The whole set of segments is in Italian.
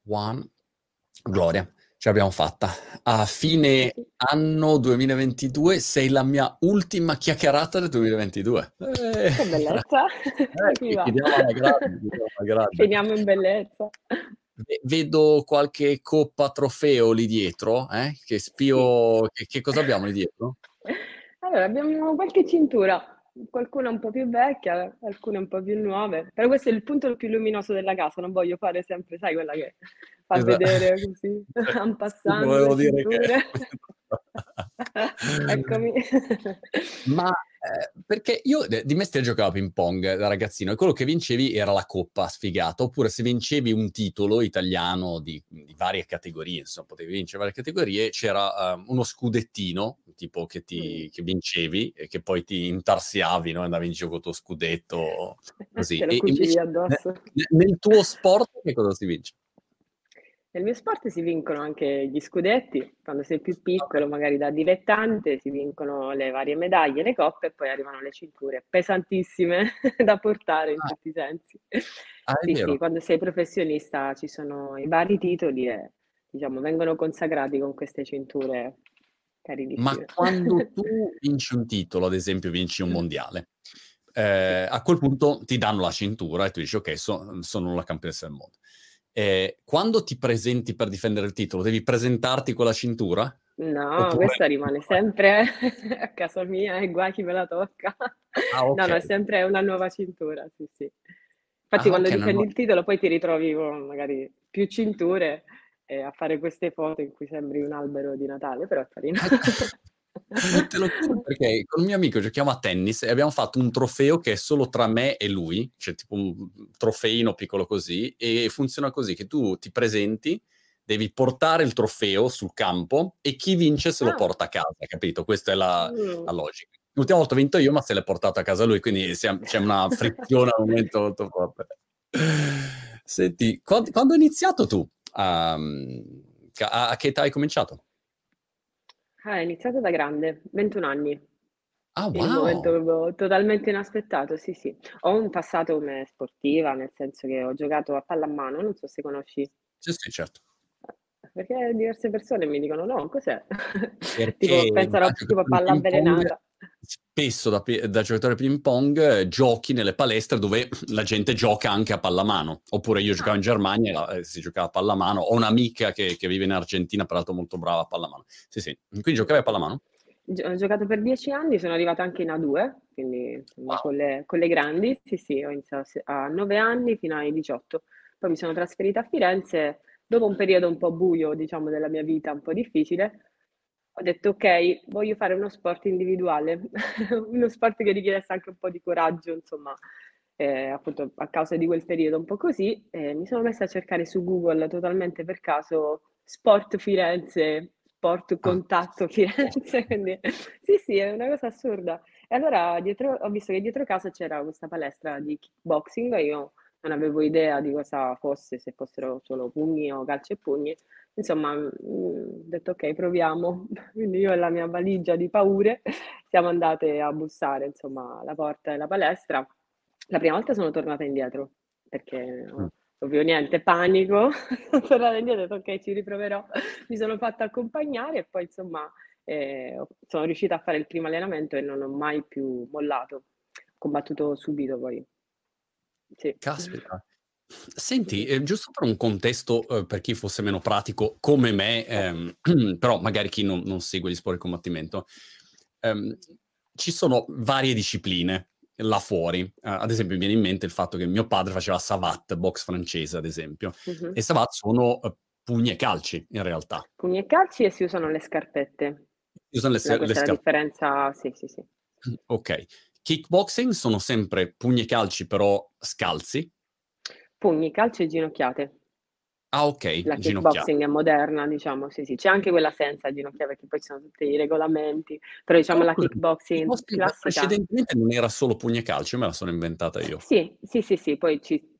one. Gloria, ce l'abbiamo fatta. A Sì, fine sì. anno 2022 sei la mia ultima chiacchierata del 2022. Che bellezza, mi va. Chiediamo alla grande, chiediamo alla grande. Finiamo in bellezza. Vedo qualche coppa trofeo lì dietro, che Sì. spio che cosa abbiamo lì dietro? Allora, abbiamo qualche cintura, qualcuna un po' più vecchia, alcune un po' più nuove, però questo è il punto più luminoso della casa, non voglio fare sempre, sai, quella che fa Esa vedere così en sì, passant volevo le dire che cinture. Eccomi. Ma, perché io di mestiere giocavo a ping pong da ragazzino e quello che vincevi era la coppa sfigata, oppure se vincevi un titolo italiano di varie categorie, insomma, potevi vincere varie categorie, c'era, uno scudettino, tipo Mh. che vincevi e che poi ti intarsiavi, no, andavi in giro col tuo scudetto, così. Te lo E cucivi invece addosso. nel tuo sport che cosa si vince? Nel mio sport si vincono anche gli scudetti, quando sei più Okay. piccolo, magari da dilettante, si vincono le varie medaglie, le coppe e poi arrivano le cinture pesantissime da portare in Ah, tutti i sensi. è Sì, sì, vero. quando sei professionista ci sono i vari titoli e diciamo vengono consacrati con queste cinture Ma carinissime. quando tu vinci un titolo, ad esempio vinci un mondiale, Sì. a quel punto ti danno la cintura e tu dici: "Okay, sono la campionessa del mondo". Quando ti presenti per difendere il titolo, devi presentarti con la cintura? No, Oppure questa rimane sempre a casa mia e guai chi me la tocca. ah, No, no, è okay. sempre una nuova cintura, sì, sì. Infatti Ah, quando okay, no, difendi no. il titolo poi ti ritrovi con magari più cinture e a fare queste foto in cui sembri un albero di Natale, però è carino. Te lo chiedo perché con un mio amico giochiamo a tennis e abbiamo fatto un trofeo che è solo tra me e lui, cioè tipo un trofeino piccolo così, e funziona così, che tu ti presenti, devi portare il trofeo sul campo e chi vince se lo Ah, porta a casa, capito? Questa è la mh. logica. L'ultima volta ho vinto io, ma se l'è portato a casa lui, quindi c'è una frizione al momento molto forte. Senti, quando hai iniziato tu a che età hai cominciato? È iniziato da grande, 21 anni, Ah, in un momento wow! proprio totalmente inaspettato, sì, sì. Ho un passato come sportiva, nel senso che ho giocato a pallamano, non so se conosci. Sì, sì, certo. Perché diverse persone mi dicono: "No, cos'è?" Tipo Perché da pensano tipo a giocatore di palla ping pong avvelenata. spesso da giocatore di ping pong giochi nelle palestre dove la gente gioca anche a pallamano. Oppure io giocavo Ah, in Germania, si giocava a pallamano. Ho un'amica che vive in Argentina, peraltro molto brava a pallamano. Sì, sì. Quindi giocavi a okay. pallamano? Ho giocato per 10 anni, sono arrivata anche in A2, quindi insomma Wow. con le grandi. Sì, sì, ho iniziato a 9 anni fino ai 18. Poi mi sono trasferita a Firenze, dopo un periodo un po' buio, diciamo, della mia vita, un po' difficile, ho detto: "Okay, voglio fare uno sport individuale." Uno sport che richiedesse anche un po' di coraggio, insomma, appunto a causa di quel periodo un po' così, mi sono messa a cercare su Google totalmente per caso Sport Firenze, Sport Ah, Contatto oh. Firenze, quindi sì, sì, è una cosa assurda. E allora dietro ho visto che dietro casa c'era questa palestra di kickboxing, io non avevo idea di cosa fosse, se fossero solo pugni o calci e pugni. Insomma, ho detto: "Okay, proviamo." Quindi io e la mia valigia di paure siamo andate a bussare, insomma, alla porta della palestra. La prima volta sono tornata indietro, perché Mh. ovvio niente, panico, sono tornata indietro, ho detto: "Okay, ci riproverò." Mi sono fatta accompagnare e poi insomma, ho sono riuscita a fare il primo allenamento e non ho mai più mollato. Ho combattuto subito poi. Sì. Caspita. Senti, Mh-mh. giusto per un contesto, per chi fosse meno pratico come me, Certo. però magari chi non segue gli sport di combattimento, ehm, ci sono varie discipline là fuori. Ad esempio, mi viene in mente il fatto che mio padre faceva savate, boxe francese ad esempio, Mh-mh. e savate sono, pugni e calci in realtà. Pugni e calci e si usano le scarpette. Usano le Questa è la differenza, sì, sì, sì. okay. Kickboxing sono sempre pugni e calci però scalzi? Pugni, calci e ginocchiate. Ah, okay, La ginocchiate. kickboxing è moderna, diciamo, sì, sì. C'è anche quella senza ginocchia, perché poi ci sono tutti i regolamenti, però diciamo Però la scusami, kickboxing kickboxing classica. precedentemente non era solo pugni e calci o me la sono inventata io? Sì, sì, sì, sì, poi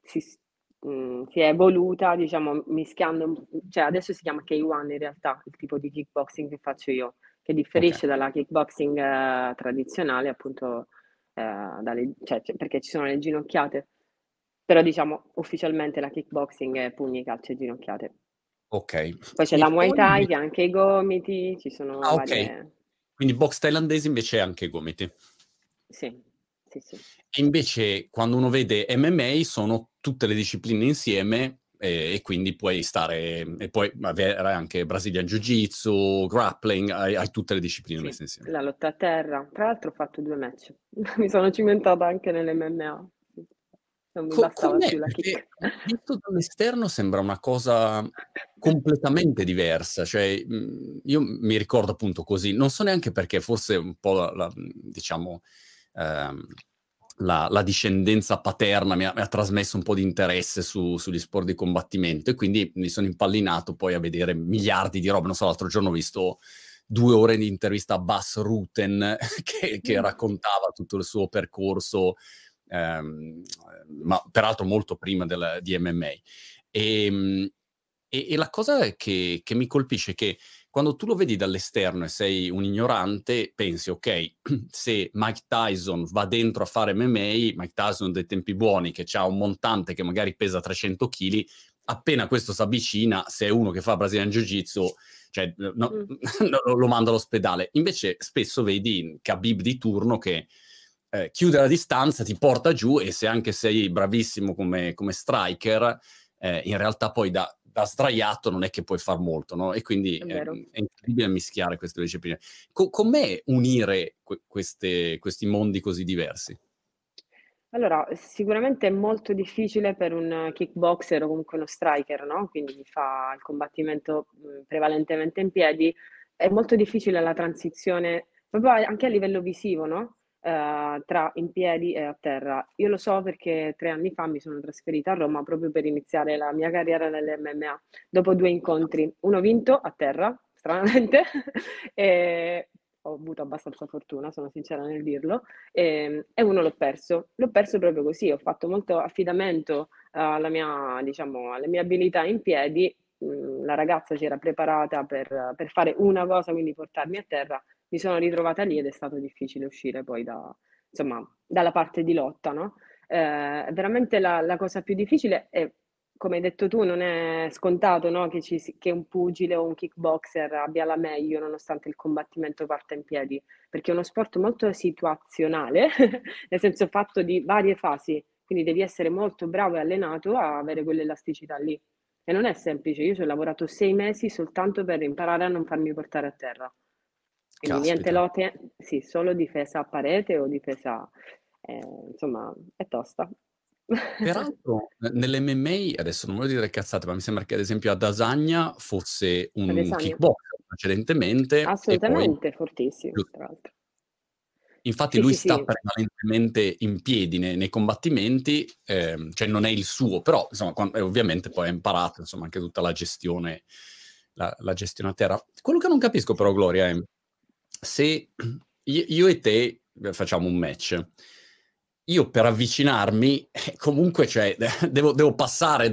si è evoluta, diciamo, mischiando cioè adesso si chiama K1 in realtà, il tipo di kickboxing che faccio io, che Okay. differisce dalla kickboxing, tradizionale appunto, dalle perché ci sono le ginocchiate. Però diciamo ufficialmente la kickboxing è pugni, calci e ginocchiate. Okay. Poi c'è E la Muay poi Thai inve che ha anche i gomiti, ci sono okay. varie. Quindi box thailandese invece è anche gomiti. Sì, sì, sì. E invece quando uno vede MMA sono tutte le discipline insieme, e quindi puoi stare e puoi avere anche Brazilian Jiu-Jitsu, grappling, hai tutte le discipline Sì, messe insieme. la lotta a terra. Tra l'altro ho fatto 2 match. Mi sono cimentata anche nell'MMA. Sì. Non mi bastava Com'è? più la Perché kick. visto dall'esterno sembra una cosa completamente diversa, cioè, io mi ricordo appunto così, non so neanche perché, forse un po' diciamo, ehm, la discendenza paterna mi ha trasmesso un po' di interesse sugli sport di combattimento e quindi mi sono impallinato poi a vedere miliardi di robe. Non so, l'altro giorno ho visto 2 ore di intervista a Bas Rutten che raccontava tutto il suo percorso, ehm, ma peraltro molto prima di MMA. Ehm, e la cosa che mi colpisce è che quando tu lo vedi dall'esterno e sei un ignorante, pensi: "Okay, se Mike Tyson va dentro a fare MMA, Mike Tyson dei tempi buoni, che c'ha un montante che magari pesa 300 chili, appena questo s'avvicina, se è uno che fa Brazilian Jiu-Jitsu, cioè, no Mh. lo mando all'ospedale." Invece spesso vedi Khabib di turno che, chiude la distanza, ti porta giù e se anche sei bravissimo come striker, in realtà poi da sdraiato non è che puoi far molto, no, e quindi È vero. è incredibile mischiare queste 2 discipline. Com'è unire questi mondi così diversi? Allora, sicuramente è molto difficile per un kickboxer o comunque uno striker, no, quindi chi fa il combattimento, prevalentemente in piedi, è molto difficile la transizione proprio anche a livello visivo, no, tra in piedi e a terra. Io lo so perché 3 anni fa mi sono trasferita a Roma proprio per iniziare la mia carriera nell'MMA. Dopo 2 incontri, uno vinto a terra, stranamente, e ho avuto abbastanza fortuna, sono sincera nel dirlo, e uno l'ho perso. L'ho perso proprio così, ho fatto molto affidamento alla mia diciamo, alle mie abilità in piedi, la ragazza si era preparata per fare una cosa, quindi portarmi a terra. Mi sono ritrovata lì ed è stato difficile uscire poi insomma, dalla parte di lotta, no, veramente la cosa più difficile è, come hai detto tu, non è scontato, no, che un pugile o un kickboxer abbia la meglio nonostante il combattimento parta in piedi, perché è uno sport molto situazionale, nel senso fatto di varie fasi, quindi devi essere molto bravo e allenato a avere quell'elasticità lì. E non è semplice, io ci ho lavorato 6 mesi soltanto per imparare a non farmi portare a terra. Quindi niente Caspita. lotte, sì, solo difesa a parete o difesa, insomma è tosta. Peraltro nell'MMA, adesso non voglio dire cazzate, ma mi sembra che ad esempio ad Asagna fosse un Adesanya. kickboxer precedentemente e poi Assolutamente, fortissimo, giusto. tra l'altro. Infatti Sì, lui sì, sta sì, prevalentemente in piedi nei combattimenti, cioè non è il suo, però insomma ovviamente poi ha imparato insomma anche tutta la gestione la gestione a terra. Quello che non capisco però Gloria è se io e te facciamo un match, io per avvicinarmi, comunque cioè devo passare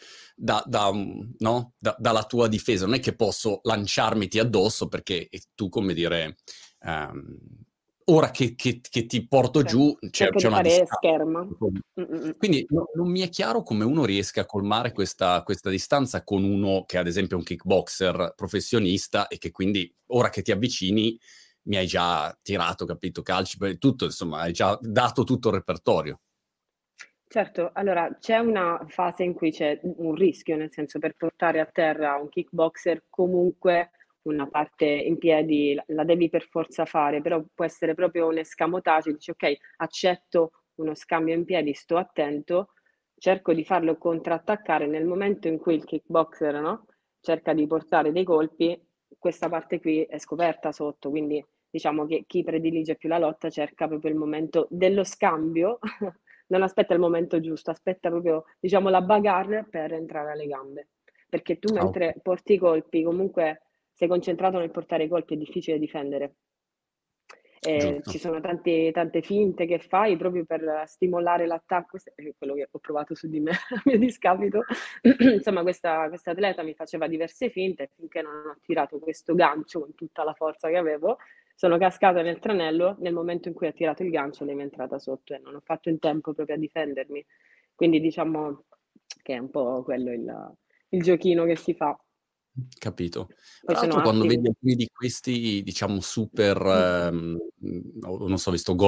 no, dalla tua difesa, non è che posso lanciarmiti addosso perché tu, come dire, ehm, ora che ti porto giù cerco c'è di una fare distanza. scherma. Quindi non mi è chiaro come uno riesca a colmare questa distanza con uno che ad esempio è un kickboxer professionista e che quindi ora che ti avvicini mi hai già tirato, capito, calci, poi tutto, insomma, hai già dato tutto il repertorio. Certo, allora c'è una fase in cui c'è un rischio, nel senso per portare a terra un kickboxer comunque una parte in piedi la devi per forza fare, però può essere proprio un escamotage, dici: "Okay, accetto uno scambio in piedi, sto attento, cerco di farlo contrattaccare." Nel momento in cui il kickboxer, no, cerca di portare dei colpi, questa parte qui è scoperta sotto, quindi diciamo che chi predilige più la lotta cerca proprio il momento dello scambio. Non aspetta il momento giusto, aspetta proprio, diciamo, la bagarre per entrare alle gambe. Perché tu Ah, okay, mentre porti i colpi, comunque sei concentrato nel portare i colpi, è difficile difendere. Ci giusto. sono tante finte che fai proprio per stimolare l'attacco, questo è quello che ho provato su di me a mio discapito. Insomma questa atleta mi faceva diverse finte finché non ho tirato questo gancio con tutta la forza che avevo, sono cascata nel tranello, nel momento in cui ha tirato il gancio lei mi è entrata sotto e non ho fatto in tempo proprio a difendermi. Quindi diciamo che è un po' quello il giochino che si fa. Capito. Poi Tra sono l'altro quando attimi. vedi alcuni di questi, diciamo, super, Mh-mh. o non so, ho visto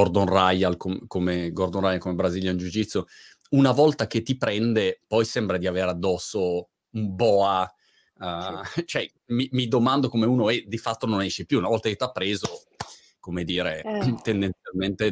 Gordon Ryan come Brazilian Jiu-Jitsu, una volta che ti prende, poi sembra di avere addosso un boa, Sì. cioè mi domando come uno di fatto non esce più. Una volta che t'ha preso, come dire, Eh, tendenzialmente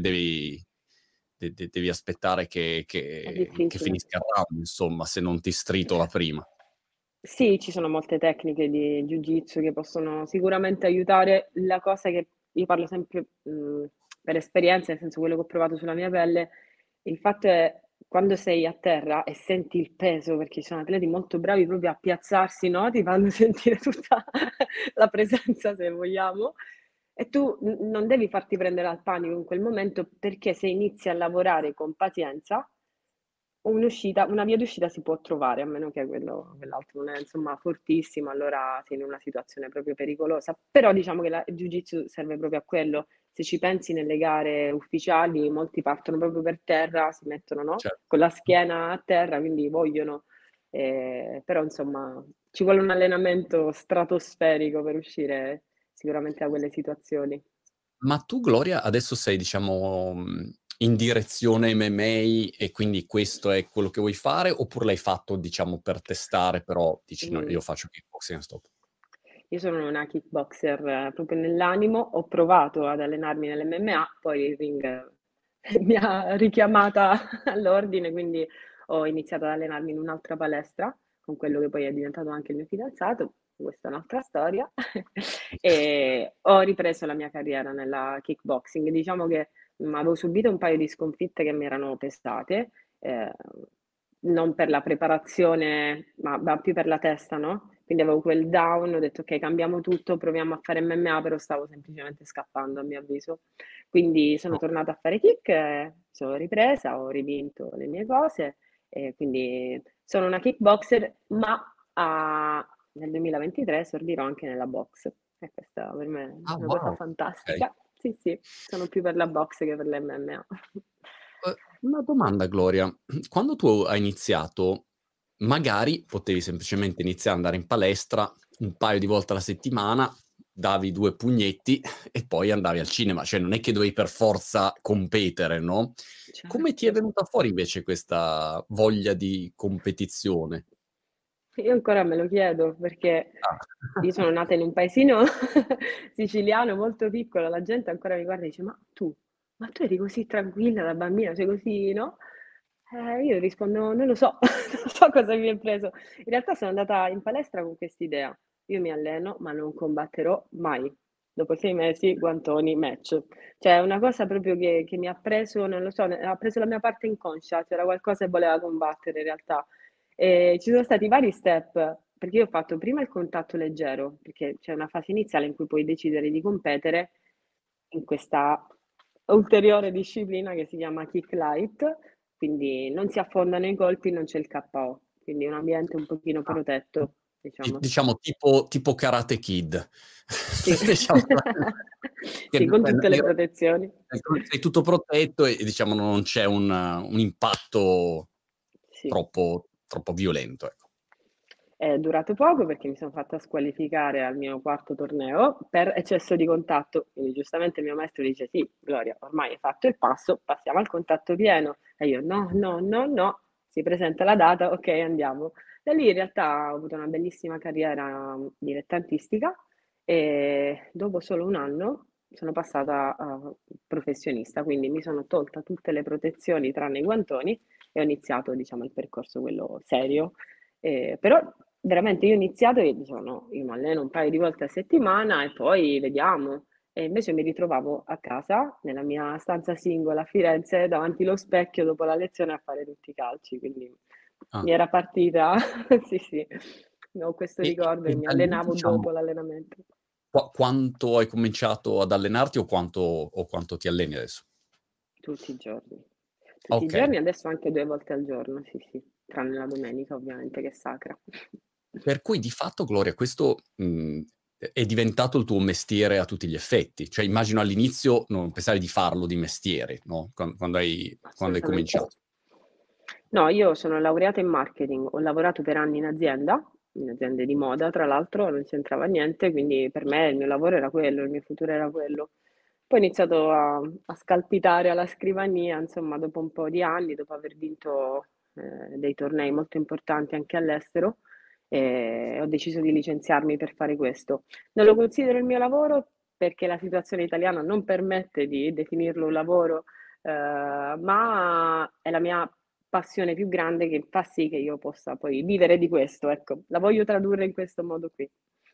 devi aspettare è che difficile. finisca il round, insomma, se non ti stritola prima. Sì, ci sono molte tecniche di jiu-jitsu che possono sicuramente aiutare. La cosa che io parlo sempre, per esperienza, nel senso quello che ho provato sulla mia pelle, il fatto è quando sei a terra e senti il peso, perché ci sono atleti molto bravi proprio a piazzarsi, no, ti fanno sentire tutta la presenza, se vogliamo, e tu non devi farti prendere al panico in quel momento, perché se inizi a lavorare con pazienza una via d'uscita si può trovare, a meno che quell'altro non è insomma fortissimo, allora sei in una situazione proprio pericolosa. Però diciamo che il jiu-jitsu serve proprio a quello. Se ci pensi nelle gare ufficiali, molti partono proprio per terra, si mettono, no, Cer con la schiena a terra, quindi vogliono, però insomma ci vuole un allenamento stratosferico per uscire sicuramente da quelle situazioni. Ma tu Gloria adesso sei diciamo, in direzione MMA e quindi questo è quello che vuoi fare, oppure l'hai fatto diciamo per testare, però dici: "No, Mh. io faccio kickboxing e stop"? Io sono una kickboxer proprio nell'animo, ho provato ad allenarmi nell'MMA, poi il ring mi ha richiamata all'ordine, quindi ho iniziato ad allenarmi in un'altra palestra, con quello che poi è diventato anche il mio fidanzato, questa è un'altra storia, e ho ripreso la mia carriera nella kickboxing. Diciamo che, avevo subito un paio di sconfitte che mi erano pesate, ehm, non per la preparazione, ma più per la testa, no, quindi avevo quel down, ho detto: "Okay, cambiamo tutto, proviamo a fare MMA", però stavo semplicemente scappando a mio avviso. Quindi sono No. tornata a fare kick, sono ripresa, ho rivinto le mie cose e quindi sono una kickboxer, ma nel 2023 esordirò anche nella box e questa per me Ah è una cosa wow, okay. fantastica. Sì, sì, sono più per la box che per l'MMA. Una domanda Gloria, quando tu hai iniziato, magari potevi semplicemente iniziare ad andare in palestra un paio di volte alla settimana, davi 2 pugnetti e poi andavi al cinema, cioè non è che dovevi per forza competere, no, come ti è Certo. venuta fuori invece questa voglia di competizione? Io ancora me lo chiedo perché Ah. io sono nata in un paesino siciliano molto piccolo, la gente ancora mi guarda e dice: "Ma tu eri così tranquilla da bambina, sei così", no, io rispondo: "Non lo so, non so cosa mi è preso". In realtà sono andata in palestra con quest'idea: io mi alleno, ma non combatterò mai. Dopo 6 mesi guantoni, match. Cioè è una cosa proprio che mi ha preso, non lo so, ha preso la mia parte inconscia, c'era qualcosa che voleva combattere in realtà. Ci sono stati vari step, perché io ho fatto prima il contatto leggero, perché c'è una fase iniziale in cui puoi decidere di competere in questa ulteriore disciplina che si chiama Kick Light, quindi non si affondano i colpi, non c'è il KO, quindi un ambiente un pochino Ah. protetto, diciamo. Diciamo tipo Karate Kid. Sì. Diciamo che Sì, con tutte le protezioni. sei tutto protetto e diciamo non c'è un impatto Sì. troppo violento, ecco. È durato poco perché mi sono fatta squalificare al mio quarto torneo per eccesso di contatto, quindi giustamente il mio maestro dice: "Sì, Gloria, ormai hai fatto il passo, passiamo al contatto pieno". E io: "No, no, no, no". Si presenta la data, okay, andiamo. Da lì in realtà ho avuto una bellissima carriera dilettantistica e dopo solo 1 anno sono passata a professionista, quindi mi sono tolta tutte le protezioni tranne i guantoni e ho iniziato, diciamo, il percorso quello serio. Però veramente io ho iniziato e dicevo: "No, io m'alleno un paio di volte a settimana e poi vediamo". E invece mi ritrovavo a casa, nella mia stanza singola a Firenze, davanti lo specchio dopo la lezione a fare tutti i calci, quindi Ah. mi era partita sì, sì, ho questo ricordo E e mi da lì allenavo diciamo dopo l'allenamento. quanto hai cominciato ad allenarti o quanto ti alleni adesso? Tutti i giorni. Tutti i Okay. giorni, adesso anche 2 volte al giorno, sì, sì, tranne la domenica ovviamente che è sacra. Per cui di fatto Gloria questo, è diventato il tuo mestiere a tutti gli effetti. Cioè immagino all'inizio non pensavi di farlo di mestiere, no, quando hai Assolutamente. cominciato. No, io sono laureata in marketing, ho lavorato per anni in aziende di moda, tra l'altro, non c'entrava niente, quindi per me il mio lavoro era quello, il mio futuro era quello. Poi ho iniziato a scalpitare alla scrivania, insomma, dopo un po' di anni, dopo aver vinto dei tornei molto importanti anche all'estero, e ho deciso di licenziarmi per fare questo. Non lo considero il mio lavoro perché la situazione italiana non permette di definirlo un lavoro, ma è la mia passione più grande che fa sì che io possa poi vivere di questo, ecco. La voglio tradurre in questo modo qui.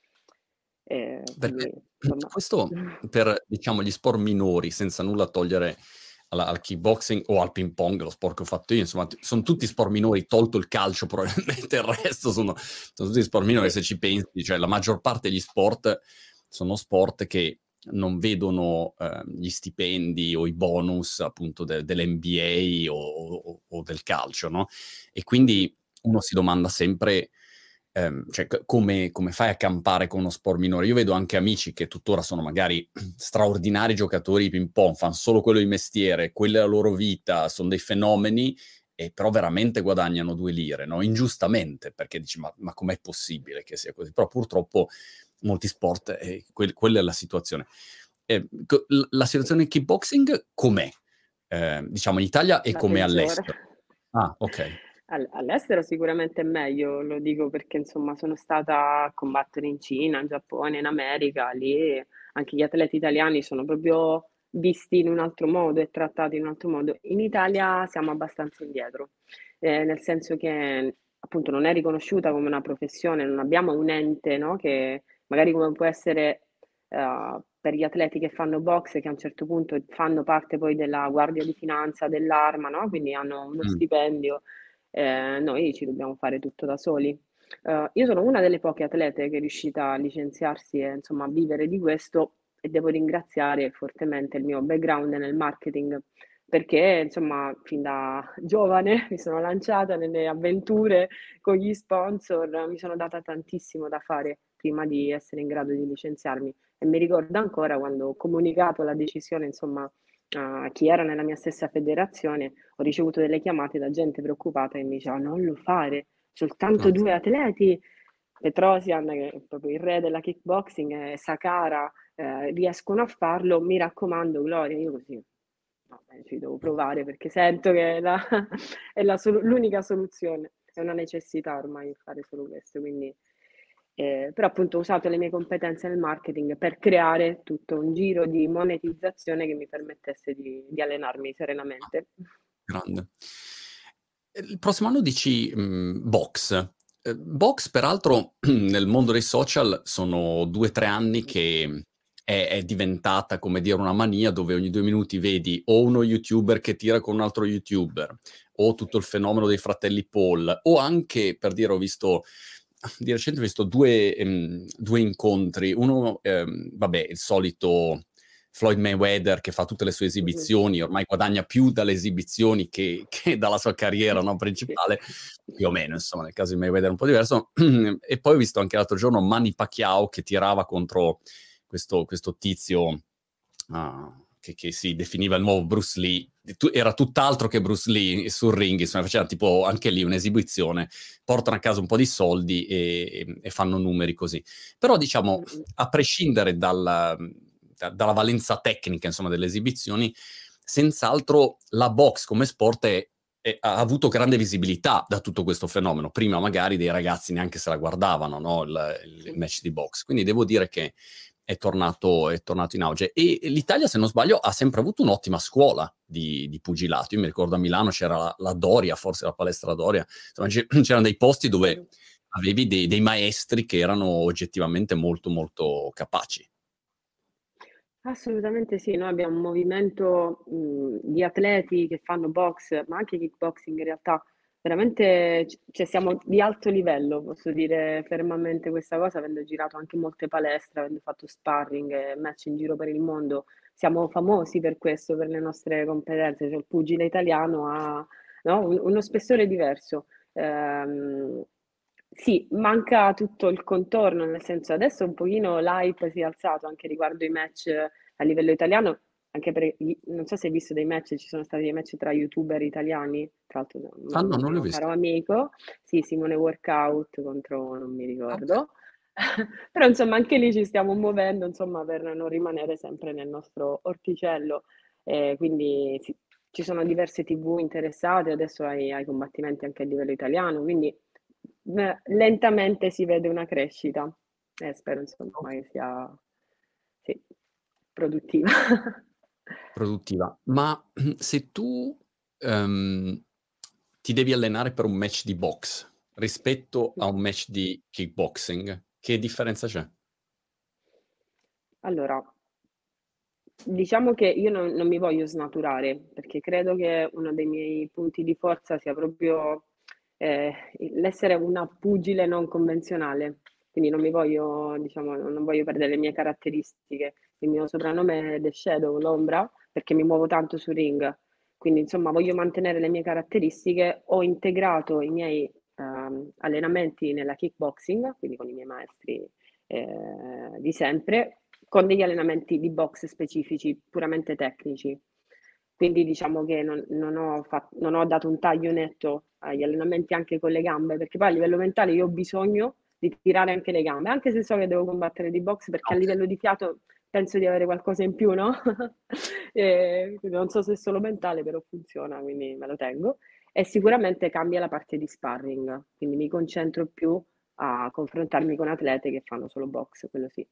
Perché Quindi insomma questo per, diciamo, gli sport minori, senza nulla togliere al kickboxing o al ping pong, lo sport che ho fatto io, insomma, son tutti sport minori, tolto il calcio probabilmente il resto sono tutti sport minori sì, se ci pensi, cioè la maggior parte degli sport sono sport che non vedono, gli stipendi o i bonus appunto dell'NBA o del calcio, no, e mh-mh, quindi uno si domanda sempre, cioè come fai a campare con uno sport minore? Io vedo anche amici che tuttora sono magari straordinari giocatori di ping pong, fan solo quello di mestiere, quella è la loro vita, son dei fenomeni e però veramente guadagnano 2 lire, no, ingiustamente, perché dici: "Ma com'è possibile che sia così?" Però purtroppo molti sport, quella è la situazione. La situazione in kickboxing com'è? Diciamo in Italia e la com'è peggiore. all'estero? Ah, okay. All'estero sicuramente è meglio, lo dico perché insomma sono stata a combattere in Cina, in Giappone, in America, lì anche gli atleti italiani sono proprio visti in un altro modo e trattati in un altro modo. In Italia siamo abbastanza indietro, nel senso che appunto non è riconosciuta come una professione, non abbiamo un ente, no, che magari come può essere, per gli atleti che fanno boxe, che a un certo punto fanno parte poi della Guardia di Finanza dell'Arma, no, quindi hanno uno Mh, stipendio. Noi ci dobbiamo fare tutto da soli. Io sono una delle poche atlete che è riuscita a licenziarsi e insomma a vivere di questo e devo ringraziare fortemente il mio background nel marketing, perché insomma fin da giovane mi sono lanciata nelle avventure con gli sponsor, mi sono data tantissimo da fare prima di essere in grado di licenziarmi e mi ricordo ancora quando ho comunicato la decisione, insomma, a chi era nella mia stessa federazione, ho ricevuto delle chiamate da gente preoccupata che mi diceva: "Non lo fare, soltanto mazza. 2 atleti". Petrosyan, che è proprio il re della kickboxing, e Sakara, riescono a farlo, mi raccomando Gloria. Io così: "Vabbè, ci devo provare perché sento che è la è l'unica soluzione, è una necessità ormai fare solo questo". Quindi però appunto ho usato le mie competenze nel marketing per creare tutto un giro di monetizzazione che mi permettesse di allenarmi serenamente. Grande. Il prossimo anno dici, box. Box peraltro nel mondo dei social sono 2, 3 anni che è diventata, come dire, una mania dove ogni 2 minuti vedi o uno youtuber che tira con un altro youtuber, o tutto il fenomeno dei fratelli Paul, o anche, per dire, ho visto di recente ho visto 2 incontri. Uno, vabbè, il solito Floyd Mayweather che fa tutte le sue Mh-mh. esibizioni, ormai guadagna più dalle esibizioni che dalla sua carriera, no, Sì. principale, più o meno insomma, nel caso di Mayweather è un po' diverso. E poi ho visto anche l'altro giorno Manny Pacquiao che tirava contro questo tizio, che si definiva il nuovo Bruce Lee. Era tutt'altro che Bruce Lee sul ring, insomma faceva tipo anche lì un'esibizione, portano a casa un po' di soldi e fanno numeri così. Però diciamo, Mh-mh. a prescindere dalla valenza tecnica, insomma, delle esibizioni, senz'altro la box come sport ha avuto grande visibilità da tutto questo fenomeno. Prima magari dei ragazzi neanche se la guardavano, no, il Sì. match di box. Quindi devo dire che è tornato in auge. E l'Italia, se non sbaglio, ha sempre avuto un'ottima scuola di pugilato. Io mi ricordo a Milano c'era la Doria, forse la palestra Doria, insomma c'erano dei posti dove Mh-mh. avevi dei maestri che erano oggettivamente molto, molto capaci. Assolutamente sì, noi abbiamo un movimento, di atleti che fanno box, ma anche kickboxing in realtà, veramente cioè siamo di alto livello, posso dire fermamente questa cosa, avendo girato anche molte palestre, avendo fatto sparring e match in giro per il mondo. Siamo famosi per questo, per le nostre competenze, cioè il pugile italiano ha, no, uno spessore diverso. Sì, manca tutto il contorno, nel senso adesso un pochino l'hype si è alzato anche riguardo i match a livello italiano, anche non so se hai visto dei match, ci sono stati dei match tra youtuber italiani, tra l'altro Ah no, un non li ho mio visti. caro amico, sì, Simone Workout contro non mi Ah, okay. ricordo. Però insomma anche lì ci stiamo muovendo, insomma, per non rimanere sempre nel nostro orticello. Quindi sì, ci sono diverse TV interessate adesso ai combattimenti anche a livello italiano, quindi lentamente si vede una crescita e spero insomma Okay. che sia, sì, produttiva. Produttiva. Ma se tu, ehm, ti devi allenare per un match di box rispetto a un match di kickboxing, che differenza c'è? Allora, diciamo che io non mi voglio snaturare, perché credo che uno dei miei punti di forza sia proprio, l'essere una pugile non convenzionale. Quindi non mi voglio diciamo, non voglio perdere le mie caratteristiche. Il mio soprannome è The Shadow, l'ombra, perché mi muovo tanto sul ring. Quindi insomma voglio mantenere le mie caratteristiche. Ho integrato i miei, allenamenti nella kickboxing, quindi con i miei maestri di sempre, con degli allenamenti di box specifici, puramente tecnici. Quindi diciamo che non ho dato un taglio netto agli allenamenti anche con le gambe, perché poi a livello mentale io ho bisogno di tirare anche le gambe, anche se so che devo combattere di box, perché a Okay. livello di fiato penso di avere qualcosa in più, no? Non so se è solo mentale, però funziona, quindi me lo tengo. E sicuramente cambia la parte di sparring, quindi mi concentro più a confrontarmi con atlete che fanno solo box, quello sì.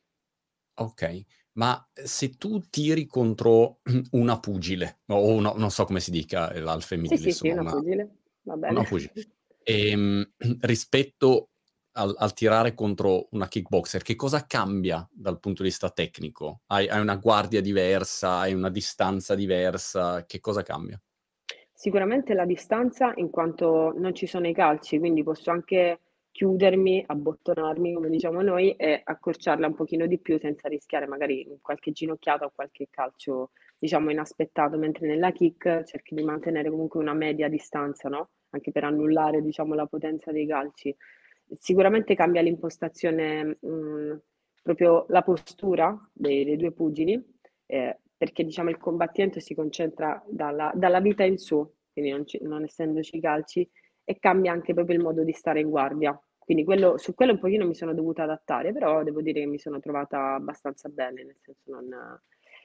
Okay, ma se tu tiri contro una pugile o una non so come si dica, al Sì, femminile sì, sì, insomma una pugile, va bene. una pugile, ehm, rispetto al tirare contro una kickboxer, che cosa cambia dal punto di vista tecnico? Hai una guardia diversa, hai una distanza diversa, che cosa cambia? Sicuramente la distanza in quanto non ci sono i calci, quindi posso anche chiudermi, abbottonarmi, come diciamo noi, e accorciarla un pochino di più senza rischiare magari qualche ginocchiata o qualche calcio, diciamo, inaspettato, mentre nella kick cerchi di mantenere comunque una media distanza, no, anche per annullare, diciamo, la potenza dei calci. Sicuramente cambia l'impostazione, proprio la postura dei 2 pugili, perché diciamo il combattimento si concentra dalla vita in su, quindi non essendoci calci, e cambia anche proprio il modo di stare in guardia. Quindi su quello un pochino mi sono dovuta adattare, però devo dire che mi sono trovata abbastanza bene, nel senso non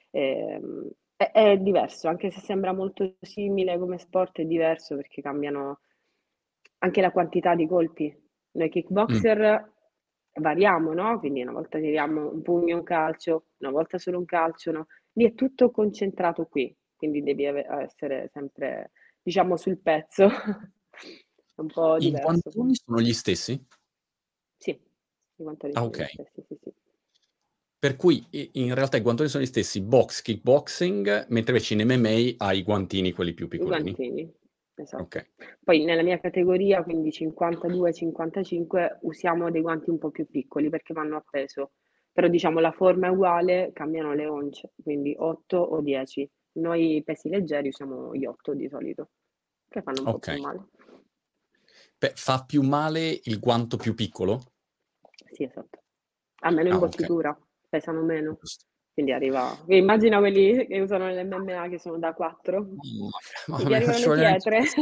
è diverso, anche se sembra molto simile come sport, è diverso perché cambiano anche la quantità di colpi. Noi Mh, kickboxer variamo, no, quindi una volta tiriamo un pugno, un calcio, una volta solo un calcio, no, lì è tutto concentrato qui, quindi devi essere sempre, diciamo, sul pezzo. È un po' i diverso. guantoni sono gli stessi? Sì, i guantoni Ah sono gli okay. stessi, sì, sì. Per cui in realtà i guantoni sono gli stessi box, kickboxing, mentre invece in MMA hai i guantini quelli più I piccolini. guantini, esatto. Okay, Poi nella mia categoria, quindi 52, 55, usiamo dei guanti un po' più piccoli perché vanno a peso, però diciamo la forma è uguale, cambiano le once, quindi 8 o 10. Noi pesi leggeri usiamo gli 8 di solito, che fanno un po' okay. più male. Beh, fa più male il guanto più piccolo? Sì, esatto. Ha meno Ah okay, imbottitura, pesano meno, giusto. quindi arriva immagina quelli che usano nell'MMA che sono da 4. Sì, Mamma ti mia, arrivano ci le vuole pietre. anche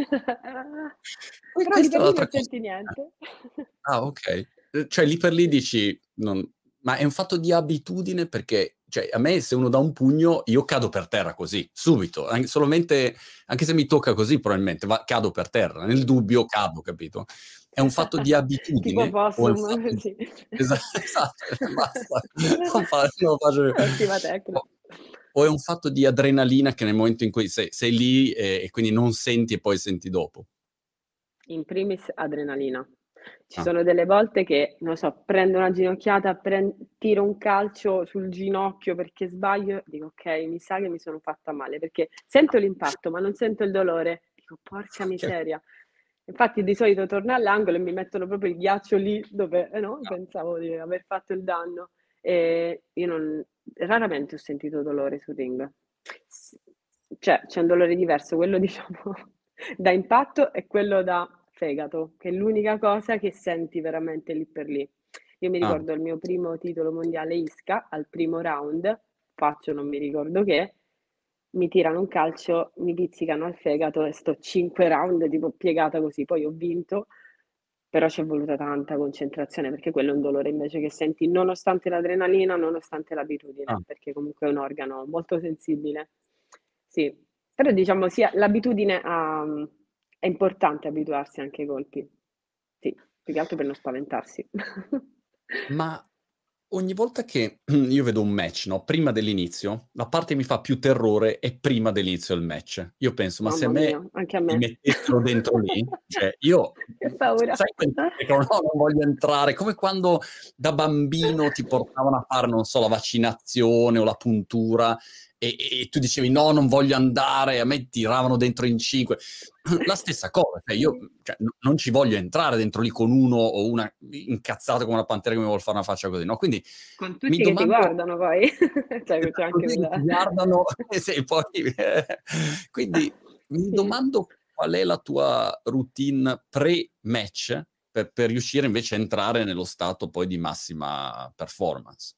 Però lì questa per è lì l'altra non cosa senti niente. ah okay. Cioè lì per lì dici non ma è un fatto di abitudine perché cioè a me se uno dà un pugno io cado per terra così, subito, solamente anche se mi tocca così probabilmente, ma cado per terra. Nel dubbio cado, capito? È un fatto di Tipo abitudine o è un Possum, fatto sì. esatto, basta, non lo faccio più. Ottima tecnica. O è un fatto di adrenalina che nel momento in cui sei lì, e quindi non senti e poi senti dopo? In primis adrenalina. Ci Ah, sono delle volte che, non so, prendo una ginocchiata, tiro un calcio sul ginocchio perché sbaglio, dico: "Okay, mi sa che mi sono fatta male", perché sento l'impatto, ma non sento il dolore. Dico: "Porca okay. miseria". Infatti di solito torno all'angolo e mi mettono proprio il ghiaccio lì dove no, Ah, pensavo di aver fatto il danno. Io non raramente ho sentito dolore sul ring. S Cioè, c'è un dolore diverso, quello diciamo da impatto e quello da fegato, che è l'unica cosa che senti veramente lì per lì. Io mi ah, ricordo il mio primo titolo mondiale ISCA, al primo round, faccio non mi ricordo che, mi tirano un calcio, mi pizzicano al fegato e sto 5 round tipo piegata così. Poi ho vinto, però c'è voluta tanta concentrazione, perché quello è un dolore invece che senti nonostante l'adrenalina, nonostante Ah. l'abitudine, perché comunque è un organo molto sensibile. Sì, però diciamo sì, l'abitudine è importante abituarsi anche ai colpi. Sì, più che altro per non spaventarsi. Ma ogni volta che io vedo un match, no, prima dell'inizio, la parte che mi fa più terrore è prima dell'inizio del match. Io penso: "Ma se a Mamma mia, me anche a mi me. mettessero dentro lì", cioè io Che paura. sai quel che "No, non voglio entrare", come quando da bambino ti portavano a fare, non so, la vaccinazione o la puntura e tu dicevi: "No, non voglio andare", a me tiravano dentro in 5. La stessa cosa, cioè io, cioè, non ci voglio entrare dentro lì con uno o una incazzato come una pantera che mi vuol fare una faccia così, no, quindi Con mi tutti che ti domando guardano poi. Cioè c'è anche così che quella ti guardano e sei poi quindi mi sì. domando qual è la tua routine pre-match per riuscire invece a entrare nello stato poi di massima performance.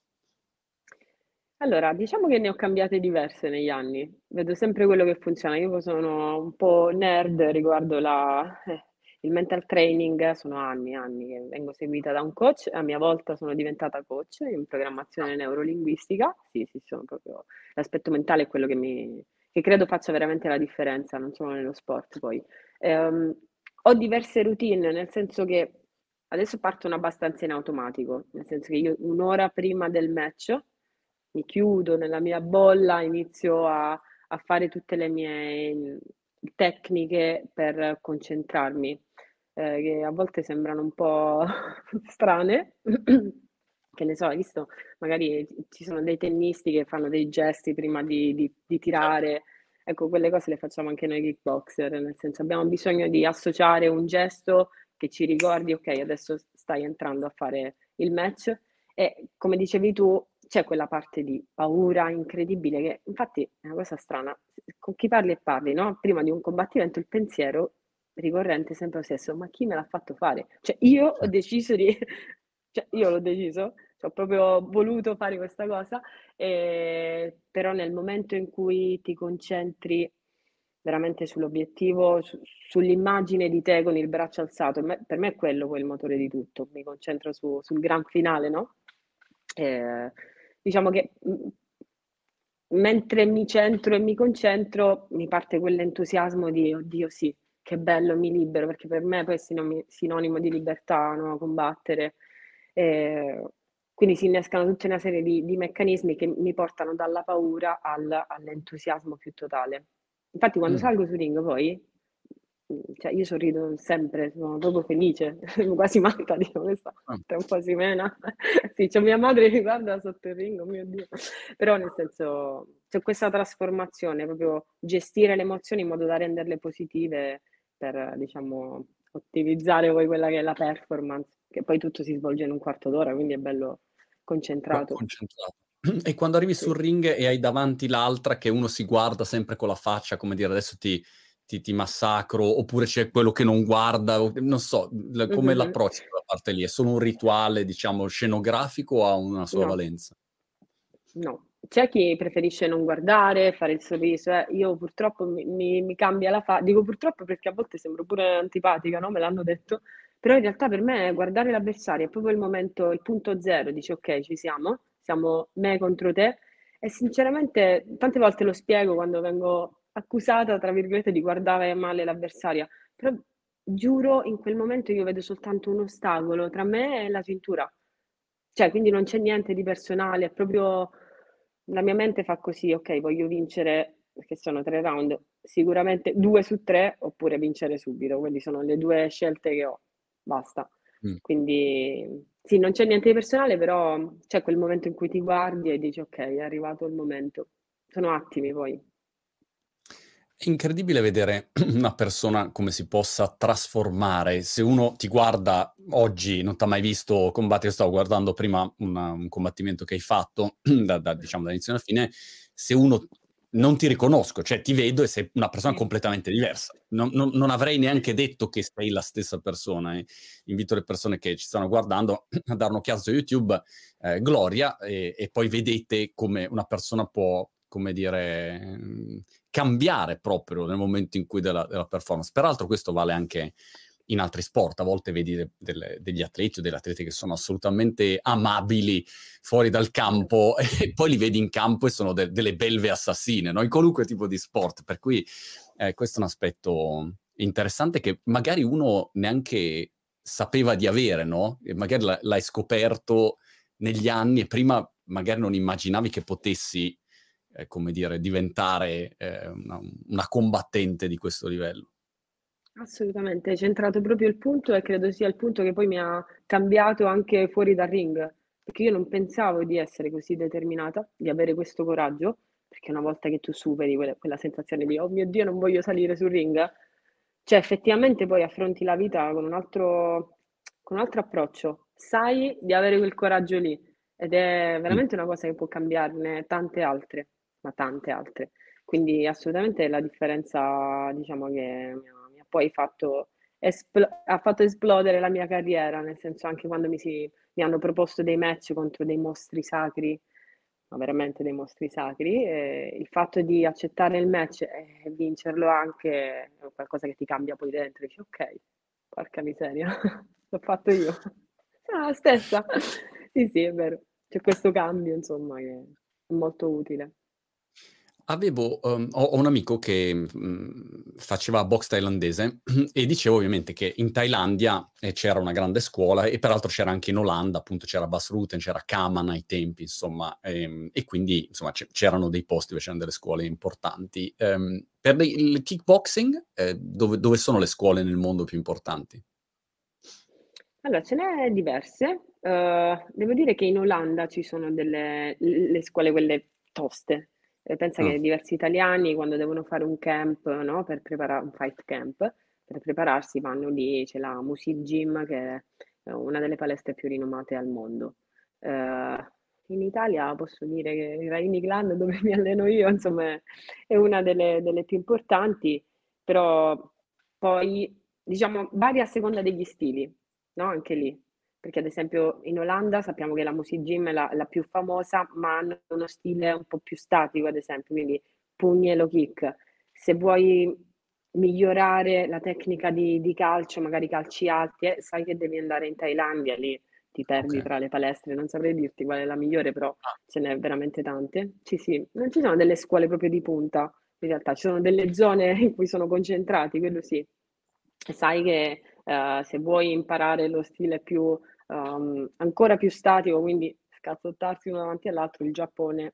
Allora, diciamo che ne ho cambiate diverse negli anni. Vedo sempre quello che funziona. Io poi sono un po' nerd riguardo il mental training, sono anni e anni che vengo seguita da un coach, a mia volta sono diventata coach in programmazione neurolinguistica. Sì, sì, sono proprio l'aspetto mentale è quello che credo faccia veramente la differenza, non solo nello sport poi. Ehm, Ho diverse routine, nel senso che adesso partono abbastanza in automatico, nel senso che io 1 ora prima del match mi chiudo nella mia bolla, inizio a fare tutte le mie, tecniche per concentrarmi, che a volte sembrano un po' strane. Che ne so, hai visto magari ci sono dei tennisti che fanno dei gesti prima di Certo. tirare. Ecco, quelle cose le facciamo anche noi kickboxer, nel senso abbiamo bisogno di associare un gesto che ci ricordi: "Okay, adesso stai entrando a fare il match". E come dicevi tu, c'è quella parte di paura incredibile che infatti è una cosa strana, con chi parli e parli, no, prima di un combattimento il pensiero ricorrente è sempre lo stesso: "Ma chi me l'ha fatto fare?" Cioè io ho deciso di cioè io l'ho deciso, cioè ho proprio voluto fare questa cosa, però nel momento in cui ti concentri veramente sull'obiettivo, sull'immagine di te con il braccio alzato, per me è quello poi il motore di tutto. Mi concentro sul gran finale, no, ehm, diciamo che, mentre mi centro e mi concentro, mi parte quell'entusiasmo di: "Oddio sì, che bello, mi libero", perché per me poi è sinonimo di libertà, no, combattere. Ehm, quindi si innescano tutta una serie di meccanismi che mi portano dalla paura all'entusiasmo più totale. Infatti quando Mh. salgo sul ring poi, cioè io sorrido sempre, sono proprio felice, quasi matta, dico: "Questa Ah. è un po' simena". Sì, c'ho mia madre che guarda sotto il ring, oh mio Dio. Però nel senso, c'è questa trasformazione, proprio gestire le emozioni in modo da renderle positive per, diciamo, ottimizzare poi quella che è la performance, che poi tutto si svolge in un quarto d'ora, quindi è bello concentrato. Concentrato. E quando arrivi Sì. sul ring e hai davanti l'altra che uno si guarda sempre con la faccia, come dire: "Adesso ti massacro", oppure c'è quello che non guarda o non so, come Mh-mh-mh. l'approcci quella parte lì? È solo un rituale, diciamo, scenografico o ha una sua No. valenza? No. C'è chi preferisce non guardare, fare il sorriso, io purtroppo mi cambia dico purtroppo perché a volte sembro pure antipatica, no, me l'hanno detto, però in realtà per me guardare l'avversario è proprio il momento, il punto zero, dici: "Okay, ci siamo me contro te", e sinceramente tante volte lo spiego quando vengo accusata, tra virgolette, di guardare male l'avversaria, però giuro in quel momento io vedo soltanto un ostacolo tra me e la cintura. Cioè, quindi non c'è niente di personale, è proprio la mia mente fa così: "Okay, voglio vincere", perché sono 3 round, sicuramente 2 su 3 oppure vincere subito. Quelli sono le 2 scelte che ho, basta. Mh. Quindi sì, non c'è niente di personale, però c'è quel momento in cui ti guardi e dici: "Okay, è arrivato il momento". Sono attimi poi. È incredibile vedere una persona come si possa trasformare. Se uno ti guarda oggi, non t'ha mai visto combattere, io stavo guardando prima un combattimento che hai fatto diciamo dall'inizio alla fine, se uno non ti riconosco, cioè ti vedo e sei una persona Sì. completamente diversa. Non avrei neanche detto che sei la stessa persona e invito le persone che ci stanno guardando a dare un'occhiata su YouTube, Gloria, e poi vedete come una persona può come dire, cambiare proprio nel momento in cui della performance. Peraltro questo vale anche in altri sport. A volte vedi degli atleti o delle atlete che sono assolutamente amabili fuori dal campo e poi li vedi in campo e sono delle belve assassine, no? In qualunque tipo di sport. Per cui questo è un aspetto interessante che magari uno neanche sapeva di avere, no? E magari l'hai scoperto negli anni e prima magari non immaginavi che potessi, come dire, diventare una combattente di questo livello. Assolutamente, hai centrato proprio il punto e credo sia il punto che poi mi ha cambiato anche fuori dal ring, perché io non pensavo di essere così determinata, di avere questo coraggio, perché una volta che tu superi quella sensazione di oh mio Dio, non voglio salire sul ring, cioè effettivamente poi affronti la vita con un altro approccio, sai di avere quel coraggio lì ed è Mh. veramente una cosa che può cambiarne tante altre, ma tante altre. Quindi assolutamente la differenza, diciamo, che mi ha poi ha fatto esplodere la mia carriera, nel senso anche quando mi hanno proposto dei match contro dei mostri sacri, ma veramente dei mostri sacri, il fatto di accettare il match e vincerlo anche è qualcosa che ti cambia poi dentro, dici: "Okay, porca miseria, l'ho fatto io". Sono la stessa. Sì, sì, è vero. C'è questo cambio insomma che è molto utile. Ho un amico che, faceva box thailandese e diceva ovviamente che in Thailandia, c'era una grande scuola e peraltro c'era anche in Olanda, appunto c'era Bas Rutten, c'era Kaman ai tempi insomma, e quindi insomma c'erano dei posti dove c'erano delle scuole importanti. Per il kickboxing, dove sono le scuole nel mondo più importanti? Allora, ce n'è diverse. Devo dire che in Olanda ci sono le scuole quelle toste. Pensa Ah, che diversi italiani quando devono fare un camp, no, un fight camp, per prepararsi vanno lì, c'è la Musi Gym che è una delle palestre più rinomate al mondo. In Italia posso dire che il Rheini Glan dove mi alleno io, insomma, è una delle più importanti, però poi diciamo varia a seconda degli stili. No, anche lì. Perché ad esempio in Olanda sappiamo che la Musi Gym è la più famosa, ma hanno uno stile un po' più statico, ad esempio, quindi pugni e low kick. Se vuoi migliorare la tecnica di calcio, magari calci alti, sai che devi andare in Thailandia, lì ti perdi okay. tra le palestre, non saprei dirti qual è la migliore, però ce n'è veramente tante. Sì, sì, non ci sono delle scuole proprio di punta, in realtà ci sono delle zone in cui sono concentrati, quello sì. E sai che se vuoi imparare lo stile più, ancora più statico, quindi scazzottarsi uno davanti all'altro, il Giappone,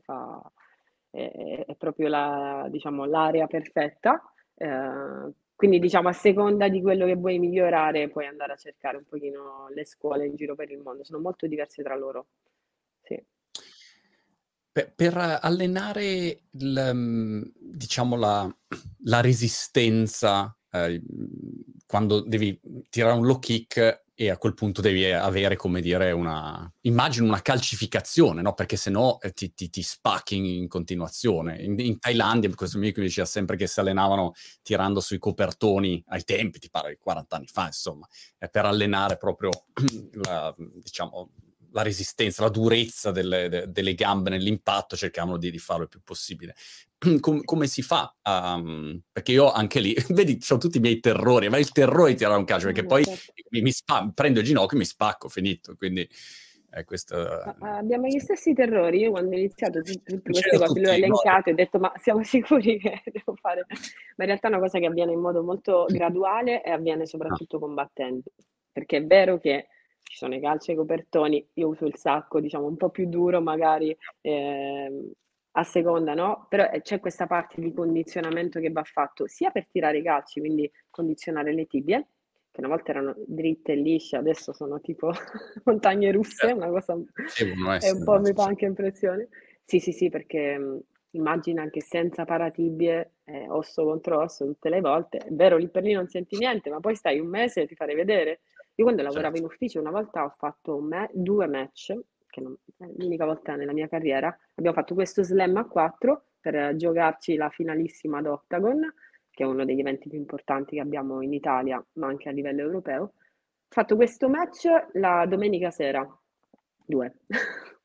è proprio diciamo, l'area perfetta. Quindi diciamo a seconda di quello che vuoi migliorare, puoi andare a cercare un pochino le scuole in giro per il mondo. Sono molto diverse tra loro. Sì. Per allenare diciamo la resistenza, quando devi tirare un low kick e a quel punto devi avere, come dire, immagino una calcificazione, no, perché se no, ti spacchi in continuazione. In Thailandia, questo mio amico mi diceva sempre che si allenavano tirando sui copertoni ai tempi, ti parlo di 40 anni fa, insomma, per allenare proprio diciamo la resistenza, la durezza delle gambe nell'impatto, cercavano di farlo il più possibile. Come si fa perché io anche lì, vedi, c'ho tutti i miei terrori, ma il terrore di tirare un calcio, perché Ma poi certo. prendo il ginocchio e mi spacco, finito. Quindi, questo Abbiamo gli stessi terrori. Io quando ho iniziato tutte queste succede a cose le ho tutti, no, elencate e ho detto: "Ma siamo sicuri che devo fare" ma in realtà è una cosa che avviene in modo molto graduale e avviene ah, soprattutto combattendo. Perché è vero che ci sono i calci ai copertoni, io uso il sacco diciamo un po' più duro magari, a seconda, no, però, c'è questa parte di condizionamento che va fatto sia per tirare i calci, quindi condizionare le tibie, che una volta erano dritte e lisce, adesso sono tipo montagne russe, certo, una cosa devono e un essere, po' ma mi fa sì. anche impressione. Sì, sì, sì, perché, immagina che senza paratibie, osso contro osso tutte le volte, è vero lì per lì non senti niente, ma poi stai un mese e ti fa rivedere. Io quando lavoravo Certo. in ufficio una volta ho fatto 2 match, che non è l'unica volta nella mia carriera, abbiamo fatto questo slam a 4 per giocarci la finalissima ad Octagon, che è uno degli eventi più importanti che abbiamo in Italia, ma anche a livello europeo. Ho fatto questo match la domenica sera, 2.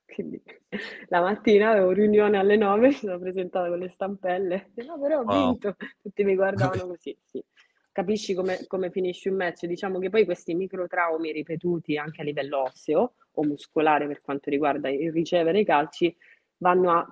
Quindi la mattina avevo riunione alle 9, mi sono presentata con le stampelle. No, però ho Wow. vinto. Tutti mi guardavano così, sì. Capisci come finisce un match? Diciamo che poi questi microtraumi ripetuti anche a livello osseo o muscolare per quanto riguarda il ricevere i calci, vanno a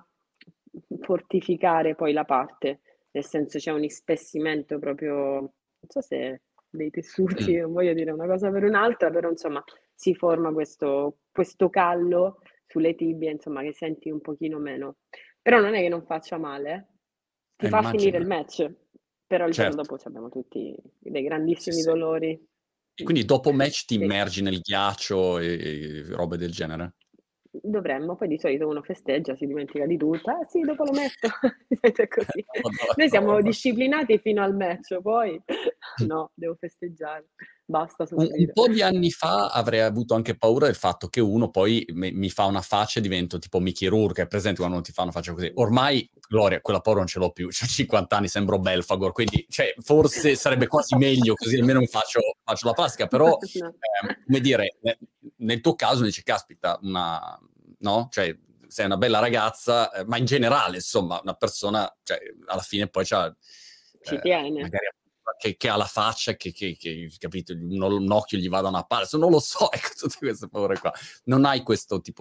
fortificare poi la parte, nel senso c'è un ispessimento proprio, non so se dei tessuti, Mh, non voglio dire una cosa per un'altra, però insomma si forma questo callo sulle tibie, insomma, che senti un pochino meno. Però non è che non faccia male, ti fa finire immagino. il match, però il giorno Certo. dopo c'abbiamo tutti dei Sì, grandissimi sì. dolori. E quindi dopo match ti Sì. immergi nel ghiaccio e robe del genere? Dovremmo, poi di solito uno festeggia, si dimentica di tutto: "Ah sì, dopo lo metto." Di solito è così. Noi siamo Madonna. disciplinati fino al match, poi no, devo festeggiare, basta Un soffrire. po' di anni fa avrei avuto anche paura del fatto che uno poi mi fa una faccia e divento tipo Mickey Rourke, hai presente quando ti fa una faccia così? Ormai, Gloria, quella paura non ce l'ho più, c'ho 50 anni, sembro Belfagor, quindi cioè forse sarebbe quasi meglio così almeno mi faccio la plastica, però, No. come dire, nel tuo caso dici: "Caspita, una", no, cioè sei una bella ragazza, ma in generale insomma una persona, cioè alla fine poi c'ha, Ci tiene. magari che ha la faccia che capito, un occhio gli va da una parte, non lo so, ecco, tutte queste paure qua. Non hai questo tipo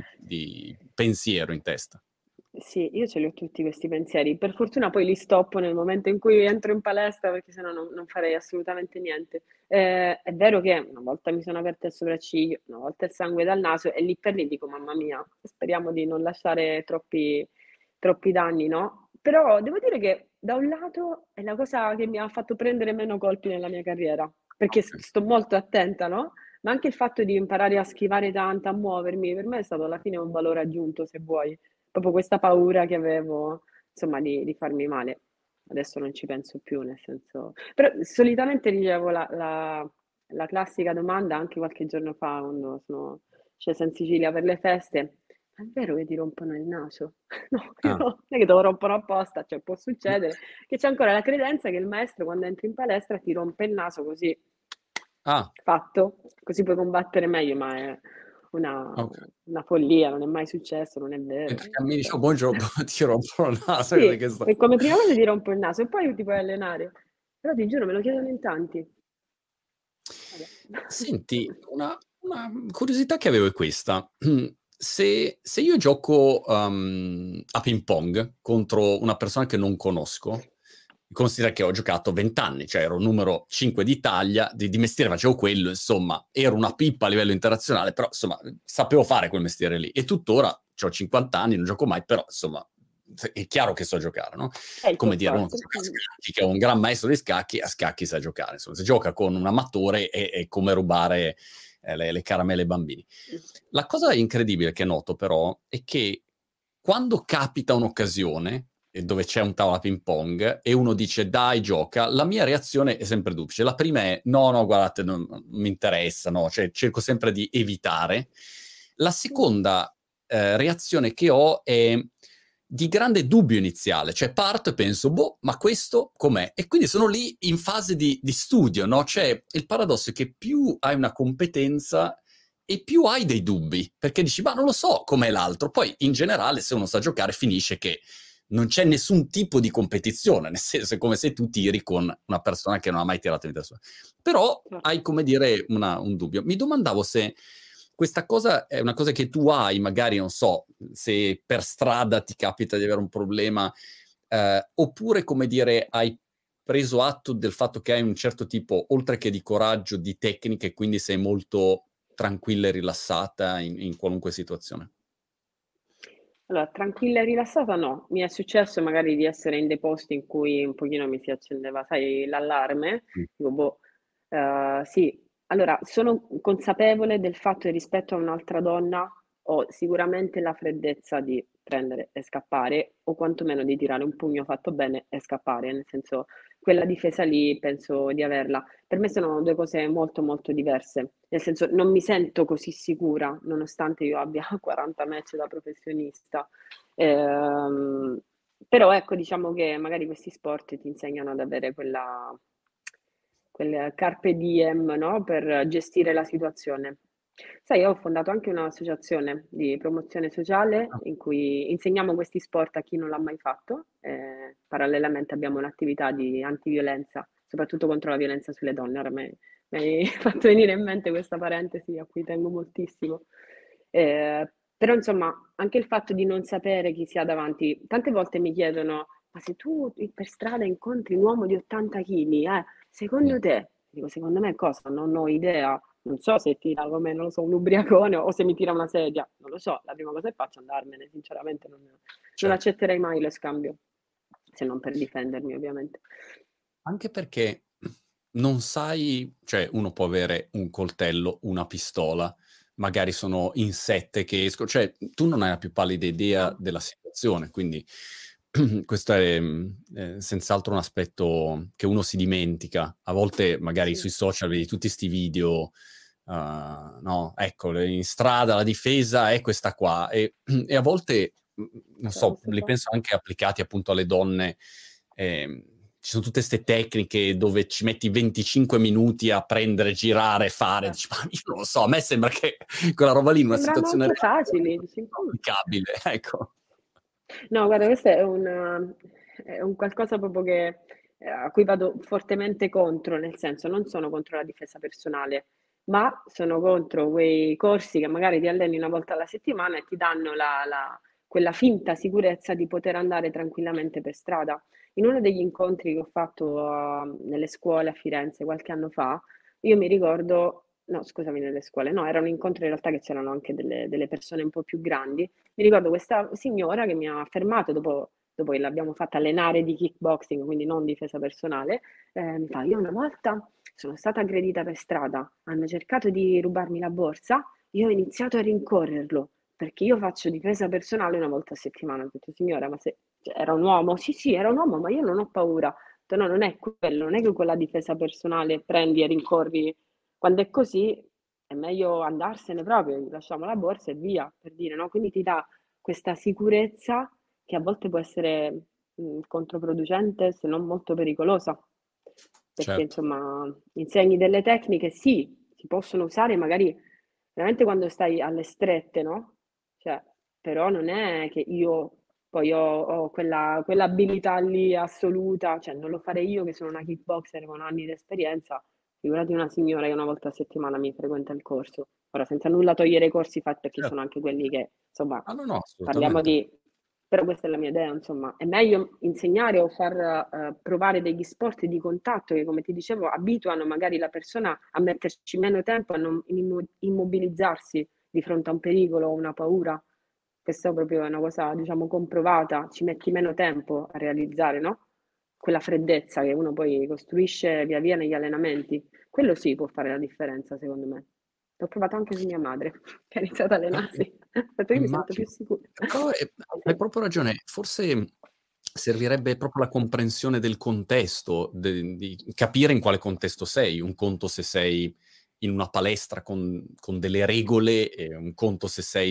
di pensiero in testa. Sì, io ce li ho tutti questi pensieri. Per fortuna poi li stoppo nel momento in cui entro in palestra, perché sennò non farei assolutamente niente. È vero che una volta mi sono aperta il sopracciglio, una volta il sangue dal naso e lì per lì dico: "Mamma mia, speriamo di non lasciare troppi danni", no, però devo dire che da un lato è la cosa che mi ha fatto prendere meno colpi nella mia carriera, perché Okay. sto molto attenta, no, ma anche il fatto di imparare a schivare tanto, a muovermi, per me è stato alla fine un valore aggiunto, se vuoi. Proprio questa paura che avevo, insomma, di farmi male. Adesso non ci penso più, nel senso, però solitamente ricevo la classica domanda, anche qualche giorno fa quando sono scesa in Sicilia per le feste: "Ma è vero che ti rompono il naso?" No, io Ah. no, non è che te lo rompono apposta, cioè può succedere che c'è ancora la credenza che il maestro quando entri in palestra ti rompe il naso così Ah, fatto, così puoi combattere meglio, ma è una okay. una follia, non è mai successo, non è vero. Mentre cammini Cioè dici: "Oh buongiorno", ti rompono il naso, sì, che sta e come prima cosa ti rompo il naso e poi ti puoi allenare. Però ti giuro me lo chiedono in tanti. Vabbè. Senti, una curiosità che avevo è questa: se io gioco, a ping pong contro una persona che non conosco, considera che ho giocato 20 anni, cioè ero numero 5 d'Italia, di mestiere facevo quello, insomma, ero una pippa a livello internazionale, però insomma, sapevo fare quel mestiere lì e tuttora c'ho 50 anni, non gioco mai, però insomma, è chiaro che so giocare, no? È il tuo Come dire, uno che sport. gioca a scacchi, che è un gran maestro di scacchi, a scacchi sa giocare. Insomma, se gioca con un amatore è come rubare le caramelle ai bambini. La cosa incredibile che noto però è che quando capita un'occasione dove c'è un tavola ping pong e uno dice dai gioca, la mia reazione è sempre duplice. La prima è no, no, guardate, non mi interessa, no, cioè cerco sempre di evitare. La seconda reazione che ho è di grande dubbio iniziale, cioè parto e penso, boh, ma questo com'è? E quindi sono lì in fase di studio, no? Cioè il paradosso è che più hai una competenza e più hai dei dubbi, perché dici, ma non lo so com'è l'altro. Poi in generale se uno sa giocare finisce che non c'è nessun tipo di competizione, nel senso è come se tu tiri con una persona che non ha mai tirato in vita sua. Però hai, come dire, un dubbio. Mi domandavo se questa cosa è una cosa che tu hai, magari, non so, se per strada ti capita di avere un problema, oppure, come dire, hai preso atto del fatto che hai un certo tipo, oltre che di coraggio, di tecnica e quindi sei molto tranquilla e rilassata in qualunque situazione. Allora, tranquilla e rilassata no. Mi è successo magari di essere in dei posti in cui un pochino mi si accendeva, sai, l'allarme, Mh. dico: "Boh", sì. Allora, sono consapevole del fatto che rispetto a un'altra donna ho sicuramente la freddezza di prendere e scappare, o quantomeno di tirare un pugno fatto bene e scappare, nel senso, quella difesa lì penso di averla. Per me sono 2 cose molto, molto diverse. Nel senso, non mi sento così sicura, nonostante io abbia 40 match da professionista. Ehm, Però ecco, diciamo che magari questi sport ti insegnano ad avere quel carpe diem, no, per gestire la situazione. Sai, io ho fondato anche un'associazione di promozione sociale Ah, in cui insegniamo questi sport a chi non l'ha mai fatto. Parallelamente abbiamo un'attività di antiviolenza, soprattutto contro la violenza sulle donne. Ora mi hai fatto venire in mente questa parentesi a cui tengo moltissimo. Però insomma, anche il fatto di non sapere chi si ha davanti, tante volte mi chiedono: "Ma se tu per strada incontri un uomo di 80 chili, sì, secondo te?" Dico: "Secondo me cosa? Non ho idea. Non so se tira come, non lo so, un ubriacone o se mi tira una sedia, non lo so. La prima cosa che faccio è andarmene, sinceramente non certo. accetterei mai lo scambio, se non per difendermi ovviamente." Anche perché non sai, cioè uno può avere un coltello, una pistola, magari sono in 7 che cioè tu non hai la più pallida idea della situazione, quindi questo è, senz'altro un aspetto che uno si dimentica. A volte magari Sì, sui social vedi tutti 'sti video, no, ecco, le in strada la difesa è questa qua e a volte, non c'era so, questo li qua. penso anche applicati appunto alle donne. Ci son tutte 'ste tecniche dove ci metti 25 minuti a prendere, girare, fare, dici: Certo. "Ma io non lo so." A me sembra che quella roba lì in una Sembrano situazione anche reale sia facili, dici: applicabile, ecco. No, guarda, questo è un qualcosa proprio che a cui vado fortemente contro, nel senso, non sono contro la difesa personale, ma sono contro quei corsi che magari ti alleni una volta alla settimana e ti danno quella finta sicurezza di poter andare tranquillamente per strada. In uno degli incontri che ho fatto nelle scuole a Firenze qualche anno fa, io mi ricordo, no, scusami, nelle scuole, no, era un incontro in realtà che c'erano anche delle persone un po' più grandi. Mi ricordo questa signora che mi ha fermato dopo che l'abbiamo fatta allenare di kickboxing, quindi non difesa personale, mi fa: "Io una volta sono stata aggredita per strada, hanno cercato di rubarmi la borsa, io ho iniziato a rincorrerlo, perché io faccio difesa personale una volta a settimana." Ho detto: "Signora, ma se" cioè era un uomo? "Sì, sì, era un uomo, ma io non ho paura." Ho detto: "No, non è quello, non è che con la difesa personale prendi e rincorri. Quando è così è meglio andarsene proprio, gli lasciamo la borsa e via", per dire, no, quindi ti dà questa sicurezza che a volte può essere, controproducente, se non molto pericolosa. Perché Certo, insomma insegni delle tecniche, sì, si possono usare magari veramente quando stai alle strette, no, cioè, però non è che io poi ho quella abilità lì assoluta, cioè non lo farei io che sono una kickboxer con anni di esperienza, figurati una signora che una volta a settimana mi frequenta il corso. Ora senza nulla togliere i corsi fatti da chi cer sono anche quelli che, insomma, ah, no, no, parliamo assolutamente. di, però questa è la mia idea, insomma. È meglio insegnare o far, provare degli sport di contatto che, come ti dicevo, abituano magari la persona a metterci meno tempo, a non immobilizzarsi di fronte a un pericolo o una paura. Questo proprio è una cosa, diciamo, comprovata, ci metti meno tempo a realizzare, no, quella freddezza che uno poi costruisce via via negli allenamenti. Quello sì può fare la differenza secondo me. L'ho provato anche su mia madre che ha iniziato a Eh, allenarsi. Ho detto: "Io mi sento più immagino. sicura." Però, hai Sì, proprio ragione. Forse servirebbe proprio la comprensione del contesto, di capire in quale contesto sei. Un conto se sei in una palestra con delle regole, e un conto se sei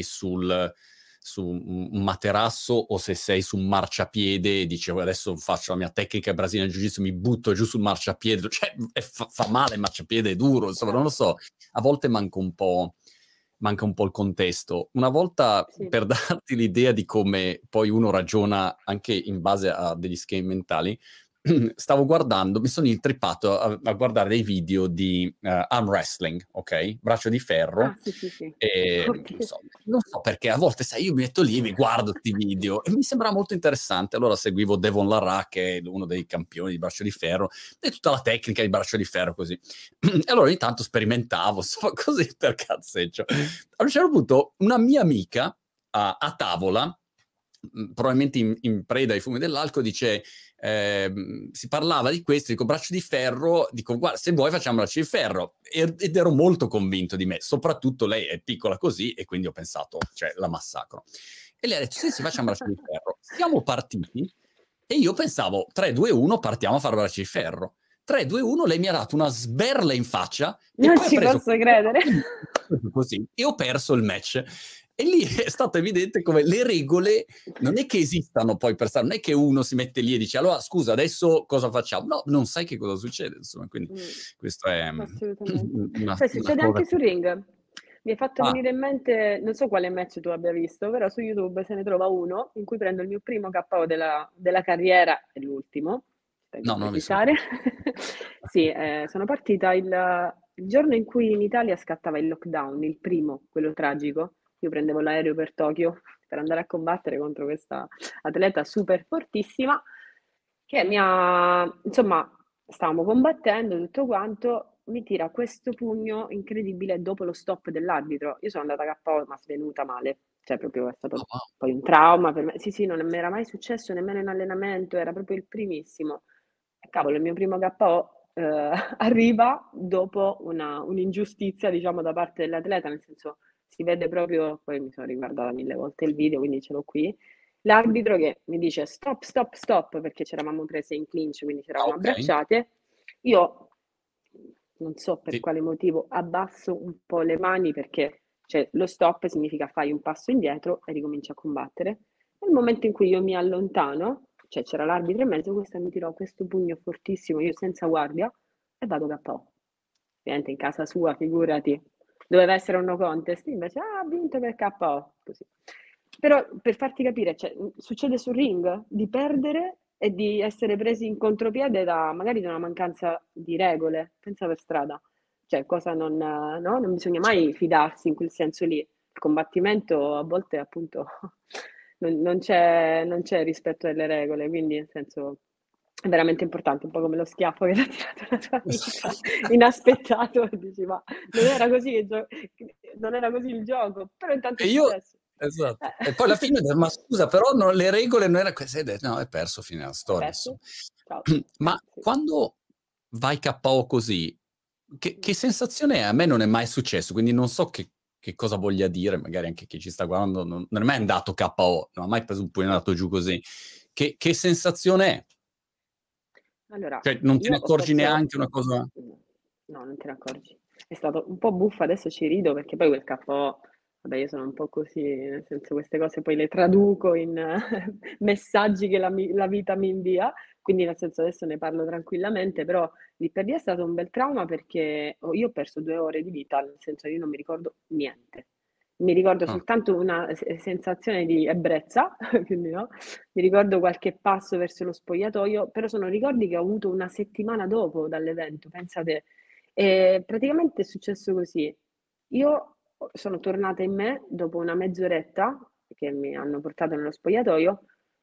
su un materasso o se sei su un marciapiede e dici: "Oh, adesso faccio la mia tecnica brasiliana jiu-jitsu, mi butto giù sul marciapiede." Cioè, fa male il marciapiede, è duro, insomma, non lo certo. so. A volte manca un po' il contesto. Una volta, Sì. per darti l'idea di come poi uno ragiona anche in base a degli schemi mentali, stavo guardando, mi sono intrippato a guardare dei video di, arm wrestling, okay, braccio di Ah, ferro, sì, sì, sì. Oddio. non so perché a volte sai io mi metto lì, mi guardo 'sti video e mi sembra molto interessante. Allora seguivo Devon Larrack, che è uno dei campioni di braccio di ferro, e tutta la tecnica di braccio di ferro così. E allora ogni tanto sperimentavo, insomma così per cazzeggio. A un certo punto una mia amica a tavola, probabilmente in preda ai fumi dell'alcol, dice, si parlava di questo, dico braccio di ferro, dico guarda se vuoi facciamo braccio di ferro, ed ero molto convinto di me, soprattutto lei è piccola così e quindi ho pensato, cioè la massacro. E lei ha detto sì sì facciamo braccio di ferro. Siamo partiti e io pensavo 3, 2, 1 partiamo a fare braccio di ferro. 3, 2, 1 lei mi ha dato una sberla in faccia e Non poi ha ci preso posso credere. così e ho perso il match. E lì è stato evidente come le regole non è che esistano poi per non è che uno si mette lì e dice: "Allora scusa adesso cosa facciamo?" No, non sai che cosa succede insomma, quindi Mh, questo è, assolutamente. una Sai, una succede cosa anche che sul ring. Mi hai fatto Ah, venire in mente, non so quale match tu abbia visto, però su YouTube se ne trova uno in cui prendo il mio primo KO della carriera e l'ultimo, tengo a no, non ho visto precisare. niente. Sì, sono partita il giorno in cui in Italia scattava il lockdown, il primo, quello tragico. Io prendevo l'aereo per Tokyo per andare a combattere contro questa atleta super fortissima che insomma, stavamo combattendo tutto quanto, mi tira questo pugno incredibile dopo lo stop dell'arbitro. Io sono andata KO, ma svenuta male, cioè proprio è Ah, stato wow. poi un trauma per me. Sì, sì, non mi era mai successo nemmeno in allenamento, era proprio il primissimo. E cavolo, il mio primo KO arriva dopo un'ingiustizia, diciamo, da parte dell'atleta, nel senso si vede proprio, poi mi sono riguardata mille volte il video, quindi ce l'ho qui, l'arbitro che mi dice stop, stop, stop, perché c'eravamo prese in clinch, quindi Ah, c'eravamo ok. abbracciate. Io non so per Sì. quale motivo abbasso un po' le mani perché cioè, lo stop significa fai un passo indietro e ricominci a combattere. Nel momento in cui io mi allontano, cioè c'era l'arbitro in mezzo, questa mi tirò questo pugno fortissimo, io senza guardia, e vado KO. Ovviamente in casa sua, figurati, doveva essere un no contest, invece ha vinto per KO, così. Però per farti capire, cioè, succede sul ring di perdere e di essere presi in contropiede da magari da una mancanza di regole, pensa per strada. Cioè, cosa non, no? Non bisogna mai fidarsi in quel senso lì. Il combattimento a volte appunto non c'è rispetto delle regole, quindi nel senso è veramente importante, un po' come lo schiaffo che ti ha tirato la tua amica, inaspettato, e dici ma non era così non era così il gioco, però intanto è E io successo. esatto. E poi alla fine ma scusa, però le regole non era queste, hai detto: "No, è perso, fine della Hai storia, perso? insomma". Ciao. Ma Sì. quando vai KO così, che sensazione è? A me non è mai successo, quindi non so che cosa voglia dire, magari anche chi ci sta guardando non è mai andato KO, non ha mai preso un pugno e è andato giù così. Che sensazione è? Allora, Cioè, non te io ne ho accorgi perso neanche una cosa no, no, non te ne accorgi. È stato un po' buffo, adesso ci rido perché poi quel KO, vabbè io sono un po' così, nel senso queste cose poi le traduco in messaggi che la vita mi invia, quindi nel senso adesso ne parlo tranquillamente, però lì per lì è stato un bel trauma perché io ho perso 2 ore di vita, nel senso io non mi ricordo niente. Mi ricordo ah, soltanto una sensazione di ebbrezza, quindi no, mi ricordo qualche passo verso lo spogliatoio, però sono ricordi che ho avuto una settimana dopo dall'evento, pensate. Praticamente è successo così. Io sono tornata in me dopo una mezz'oretta che mi hanno portato nello spogliatoio.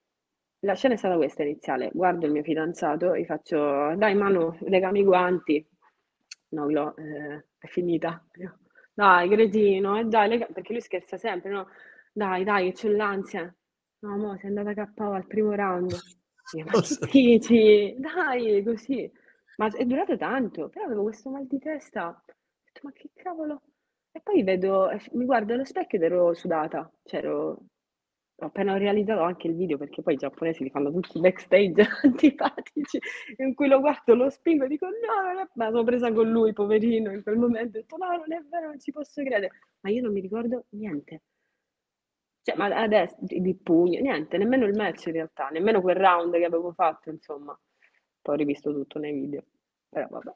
La scena è stata questa iniziale. Guardo il mio fidanzato, gli faccio: Dai, Manu, legami i guanti. No, è finita. Io, dai, cretino, dai, perché lui scherza sempre, no? Dai, dai, che c'ho l'ansia. No, mo, sei andata KO al primo round. Io, ma che dici? Dai, così. Ma è durato tanto, però avevo questo mal di testa. Ho detto, ma che cavolo? E poi vedo, mi guardo allo specchio ed ero sudata. Appena ho realizzato anche il video, perché poi i giapponesi li fanno tutti backstage antipatici, in cui lo guardo, lo spingo e dico: "No, non è", me la sono presa con lui, poverino, in quel momento, ho detto: "No, non è vero, non ci posso credere". Ma io non mi ricordo niente. Cioè, ma adesso di pugno, niente, nemmeno il match in realtà, nemmeno quel round che avevo fatto, insomma. Poi ho rivisto tutto nei video, però vabbè.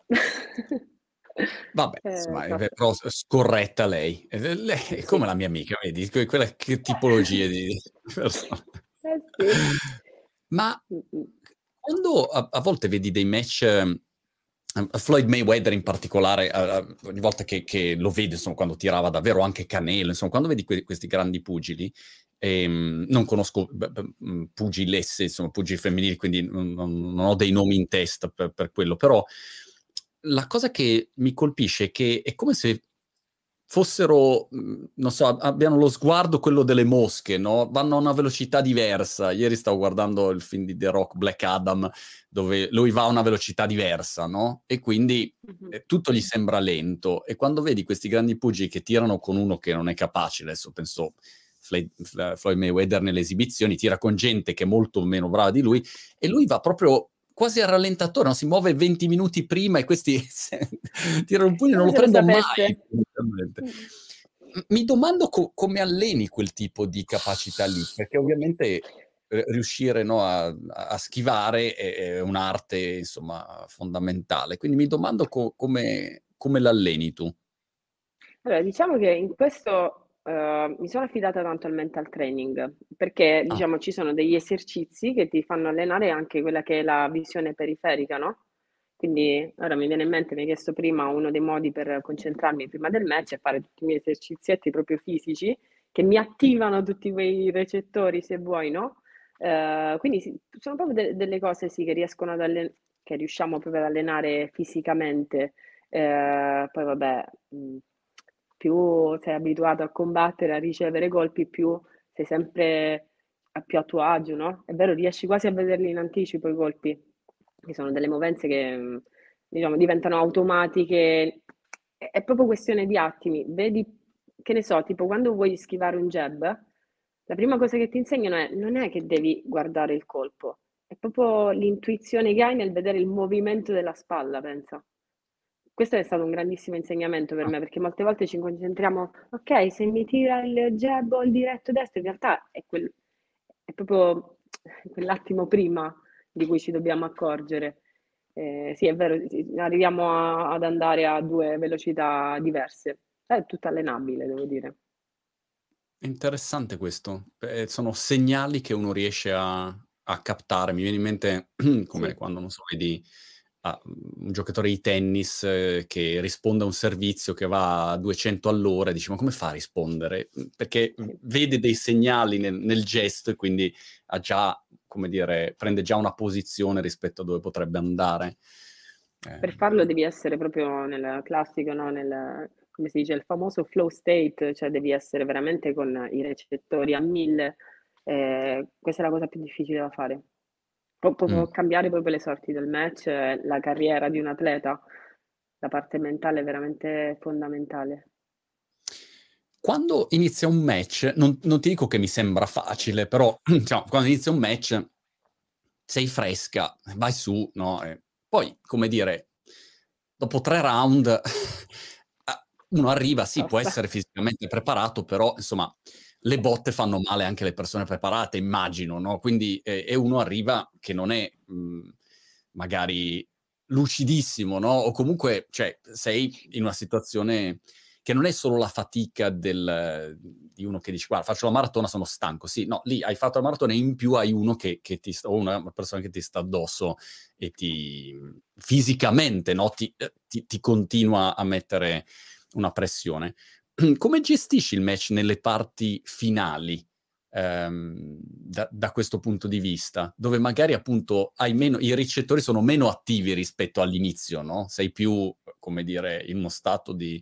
vabbè, insomma, Tosta. però scorretta lei. Lei è come Sì. la mia amica, vedi, quella che tipologia di persona. Sì. Ma Mh-mh. quando a volte vedi dei match, Floyd Mayweather in particolare, ogni volta che lo vedi, insomma, quando tirava davvero, anche Canelo, insomma, quando vedi questi grandi pugili, non conosco pugilesse, insomma, pugili femminili, quindi non ho dei nomi in testa per quello, però la cosa che mi colpisce è che è come se fossero, non so, abbiano lo sguardo quello delle mosche, no, vanno a una velocità diversa. Ieri stavo guardando il film di The Rock, Black Adam, dove lui va a una velocità diversa, no, e quindi, Mh-mh. tutto gli sembra lento. E quando vedi questi grandi pugili che tirano con uno che non è capace, adesso penso Floyd Mayweather nelle esibizioni, tira con gente che è molto meno brava di lui, e lui va proprio quasi a rallentatore, no, si muove 20 minuti prima e questi tirano un pugno e non Come lo se lo prendono mai, sapesse. fondamentalmente. Mh. Mi domando come alleni quel tipo di capacità lì, perché ovviamente, riuscire, no, a schivare è un'arte, insomma, fondamentale. Quindi mi domando come l'alleni tu. Allora, diciamo che in questo, mi sono affidata tanto al mental training, perché Ah, diciamo ci sono degli esercizi che ti fanno allenare anche quella che è la visione periferica, no, quindi ora mi viene in mente, mi hai chiesto prima uno dei modi per concentrarmi prima del match è fare tutti i miei esercizietti proprio fisici, che mi attivano tutti quei recettori se vuoi, no, quindi sì, sono proprio delle cose sì che riescono che riusciamo proprio ad allenare fisicamente. Poi vabbè, più sei abituato a combattere, a ricevere colpi, più sei sempre a più a tuo agio, no, è vero, riesci quasi a vederli in anticipo i colpi, che sono delle movenze che, diciamo diventano automatiche. È proprio questione di attimi. Vedi, che ne so, tipo quando vuoi schivare un jab, la prima cosa che ti insegnano è non è che devi guardare il colpo, è proprio l'intuizione che hai nel vedere il movimento della spalla, pensa. Questo è stato un grandissimo insegnamento per ah. me, perché molte volte ci concentriamo, ok, se mi tira il jab o il diretto destro, in realtà è proprio quell'attimo prima di cui ci dobbiamo accorgere. Sì, è vero, sì, arriviamo ad andare a due velocità diverse. È tutto allenabile, devo dire. È interessante questo. Sono segnali che uno riesce a captare. Mi viene in mente come Sì, quando, non so, vedi un giocatore di tennis che risponde a un servizio che va a 200 all'ora e dici: "Ma come fa a rispondere?" Perché sì. vede dei segnali nel gesto e quindi ha già, come dire, prende già una posizione rispetto a dove potrebbe andare. Per farlo Ehm devi essere proprio nel classico, no, come si dice, il famoso flow state, cioè devi essere veramente con i recettori a 1000. Questa è la cosa più difficile da fare. Può mh. cambiare proprio le sorti del match, la carriera di un atleta. La parte mentale è veramente fondamentale. Quando inizia un match, non ti dico che mi sembra facile, però diciamo quando inizia un match sei fresca, vai su, no, poi, come dire, dopo 3 round uno arriva, sì, può Basta. essere fisicamente preparato, però insomma le botte fanno male anche alle persone preparate, immagino, no, quindi e uno arriva che non è, magari lucidissimo, no, o comunque cioè sei in una situazione che non è solo la fatica di uno che dice: "Guarda, faccio la maratona, sono stanco." Sì, no, lì hai fatto la maratona e in più hai uno che ti sta o una persona che ti sta addosso e ti fisicamente, no, ti continua a mettere una pressione. Come gestisci il match nelle parti finali, da questo punto di vista? Dove magari appunto hai meno i ricettori sono meno attivi rispetto all'inizio, no, sei più, come dire, in uno stato di,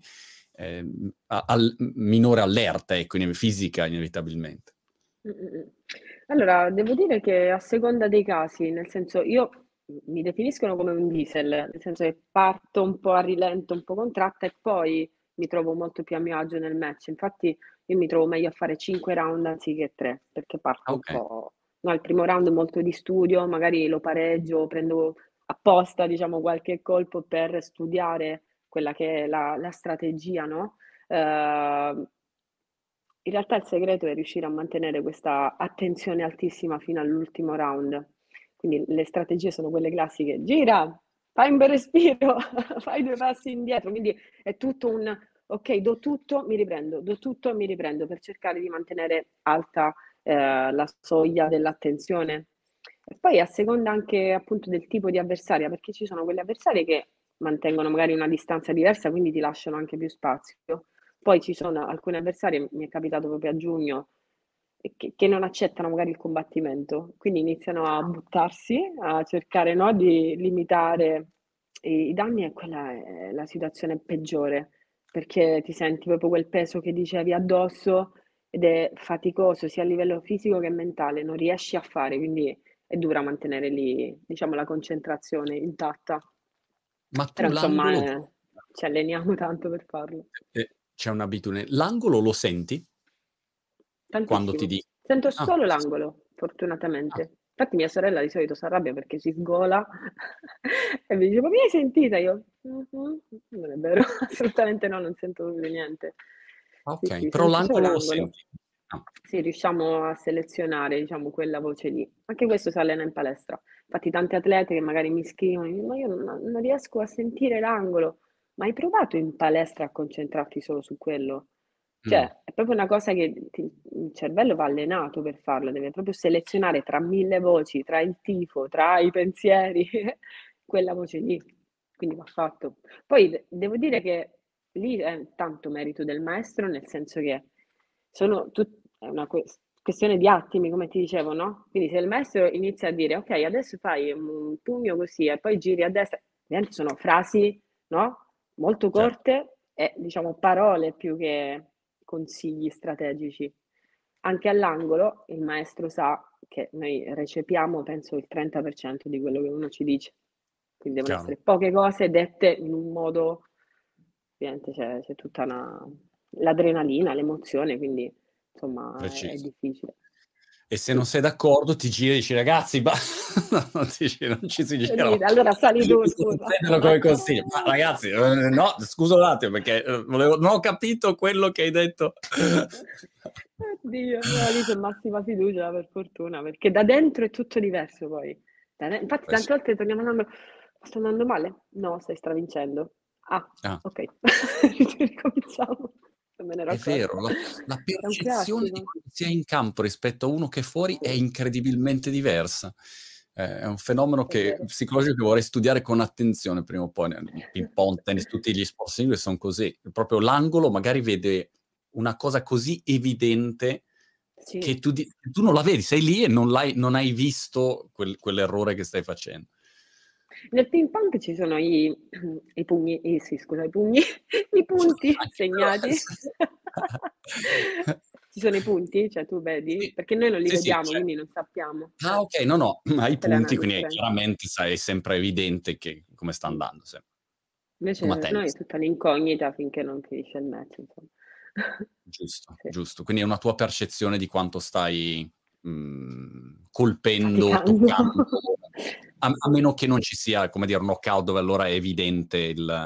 minore allerta, ecco, fisica inevitabilmente. Allora, devo dire che a seconda dei casi, nel senso io mi definiscono come un diesel, nel senso che parto un po' a rilento, un po' contratta e poi mi trovo molto più a mio agio nel match. Infatti io mi trovo meglio a fare 5 round anziché 3, perché Ah, parto un okay. po', no, il primo round molto di studio, magari lo pareggio, prendo apposta, diciamo, qualche colpo per studiare quella che è la strategia, no? Ehm, In realtà il segreto è riuscire a mantenere questa attenzione altissima fino all'ultimo round. Quindi le strategie sono quelle classiche: gira, fai un bel respiro, fai 2 passi indietro. Quindi è tutto un: okay, do tutto, mi riprendo, do tutto e mi riprendo, per cercare di mantenere alta, la soglia dell'attenzione. E poi a seconda anche appunto del tipo di avversaria, perché ci sono quelle avversarie che mantengono magari una distanza diversa, quindi ti lasciano anche più spazio. Poi ci sono alcune avversarie, mi è capitato proprio a giugno, che non accettano magari il combattimento, quindi iniziano a buttarsi, a cercare, no, di limitare i danni e quella è la situazione peggiore, perché ti senti proprio quel peso che dicevi addosso ed è faticoso sia a livello fisico che mentale, non riesci a fare, quindi è dura mantenere lì, diciamo, la concentrazione intatta. Ma Però tu insomma, l'angolo ci alleniamo tanto per farlo. c'è un'abitudine. L'angolo lo senti quando ti Tantissimo. di Sento ah, solo s l'angolo, ah. fortunatamente. Infatti mia sorella di solito s'arrabbia perché si sgola e mi dice: "Ma mi hai sentita?" Io: "Mh-mh". Non è vero, assolutamente no, non sento proprio niente. Ah, Sì, okay, sì, però sento solo l'angolo lo l'angolo. senti. Ah, Sì, riusciamo a selezionare, diciamo, quella voce lì. Anche questo si allena in palestra. Infatti tante atlete che magari mi scrivono, mi dicono: "Ma io non riesco a sentire l'angolo". ma hai provato in palestra a concentrarti solo su quello? Mh, Cioè, è proprio una cosa che il cervello va allenato per farlo, deve proprio selezionare tra 1000 voci, tra il tifo, tra i pensieri, quella voce lì. Quindi va fatto. Poi devo dire che lì è tanto merito del maestro, nel senso che è una questione di attimi, come ti dicevo, no? Quindi se il maestro inizia a dire, ok, adesso fai un pugno così e poi giri a destra, ovviamente sono frasi, no? Molto certo, corte e diciamo parole più che consigli strategici. Anche all'angolo il maestro sa che noi recepiamo, penso, il 30% di quello che uno ci dice. Quindi devono chiaro, essere poche cose dette in un modo, ovviamente c'è tutta l'adrenalina, l'emozione, quindi insomma è preciso. difficile. E se non Sì. sei d'accordo ti giri e dici: "Ragazzi ba" no, dici non ci si gira. Allora sali tu, scusa. Prendono come consiglio. Ma ragazzi, no, scusa un attimo perché, non ho capito quello che hai detto. Oddio, no, lì c'è massima fiducia per fortuna, perché da dentro è tutto diverso poi. Infatti Eh sì. tante volte torniamo all'angolo: "Ma sto andando male?" "No, stai stravincendo." "Ah, Ah, okay." Ricominciamo. Non me ne ero è vero, accorta. la È un percezione di classico. quello che si è in campo rispetto a uno che è fuori è Sì, incredibilmente diversa. È un fenomeno è che vero. psicologico che vorrei studiare con attenzione prima o poi, nel ping pong, tennis, tutti gli sport singoli son così. Proprio l'angolo magari vede una cosa così evidente Sì. che tu non la vedi, sei lì e non hai visto quell'errore che stai facendo. Nel ping pong ci sono i pugni sì scusa, i pugni, i punti Anche quello segnati? sì. Ci sono i punti? Cioè tu vedi? Sì, Perché noi non li sì, sì, vediamo, c'è. quindi non sappiamo. Ah okay, no, no, hai i Quella è una punti, quindi differenza. chiaramente sai è sempre evidente che come sta Mh. andando, come a Invece noi è tennis. tutta l'incognita finché non finisce il match, insomma. Giusto, Sì, giusto. Quindi è una tua percezione di quanto stai, colpendo, faticando. toccando, a Sì, meno che non ci sia, come dire, un knockout dove allora è evidente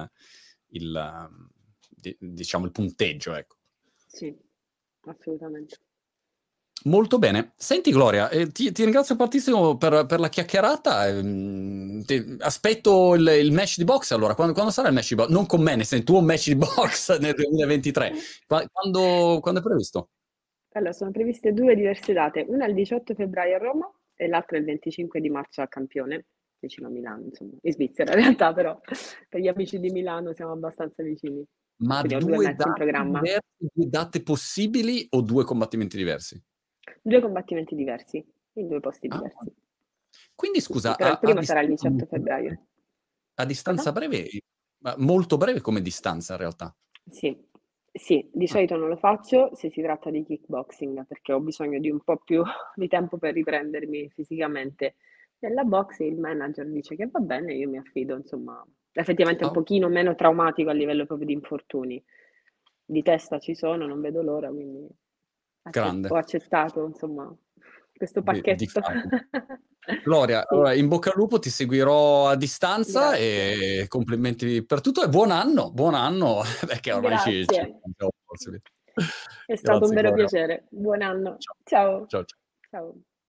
diciamo il punteggio, ecco. sì, assolutamente. Molto bene. Senti Gloria, ti ringrazio tantissimo per la chiacchierata, ti aspetto il match di boxe allora. Quando sarà il match di bo non con me, nel sen tuo match di boxe nel 2023. Quando è previsto? Allora, sono previste 2 diverse date, una il 18 febbraio a Roma e l'altra il 25 di marzo a Campione, vicino a Milano, insomma, in Svizzera in realtà, però per gli amici di Milano siamo abbastanza vicini. Ma Quindi ho 2 2 match in date programma, diverse, 2 date possibili o 2 combattimenti diversi? 2 combattimenti diversi, in 2 posti Ah, diversi. quindi Sì, sì, scusa, però il a primo sarà il distanza 18 molto breve? febbraio. A Cosa? distanza breve ma molto breve come distanza in realtà. Sì, sì, di Ah, solito non lo faccio se si tratta di kickboxing, perché ho bisogno di un po' più di tempo per riprendermi fisicamente. Nella boxe il manager dice che va bene, io mi affido, insomma, effettivamente è un ah, pochino meno traumatico a livello proprio di infortuni. Di testa ci sono, non vedo l'ora, quindi ho grande, accettato, insomma, questo di pacchetto. farlo. Gloria, Sì, allora in bocca al lupo, ti seguirò a distanza grazie. e complimenti per tutto e buon anno, perché ormai ci Grazie. manca forse. È stato un Grazie vero Gloria. piacere. Buon anno. Ciao. Ciao. Ciao. Ciao.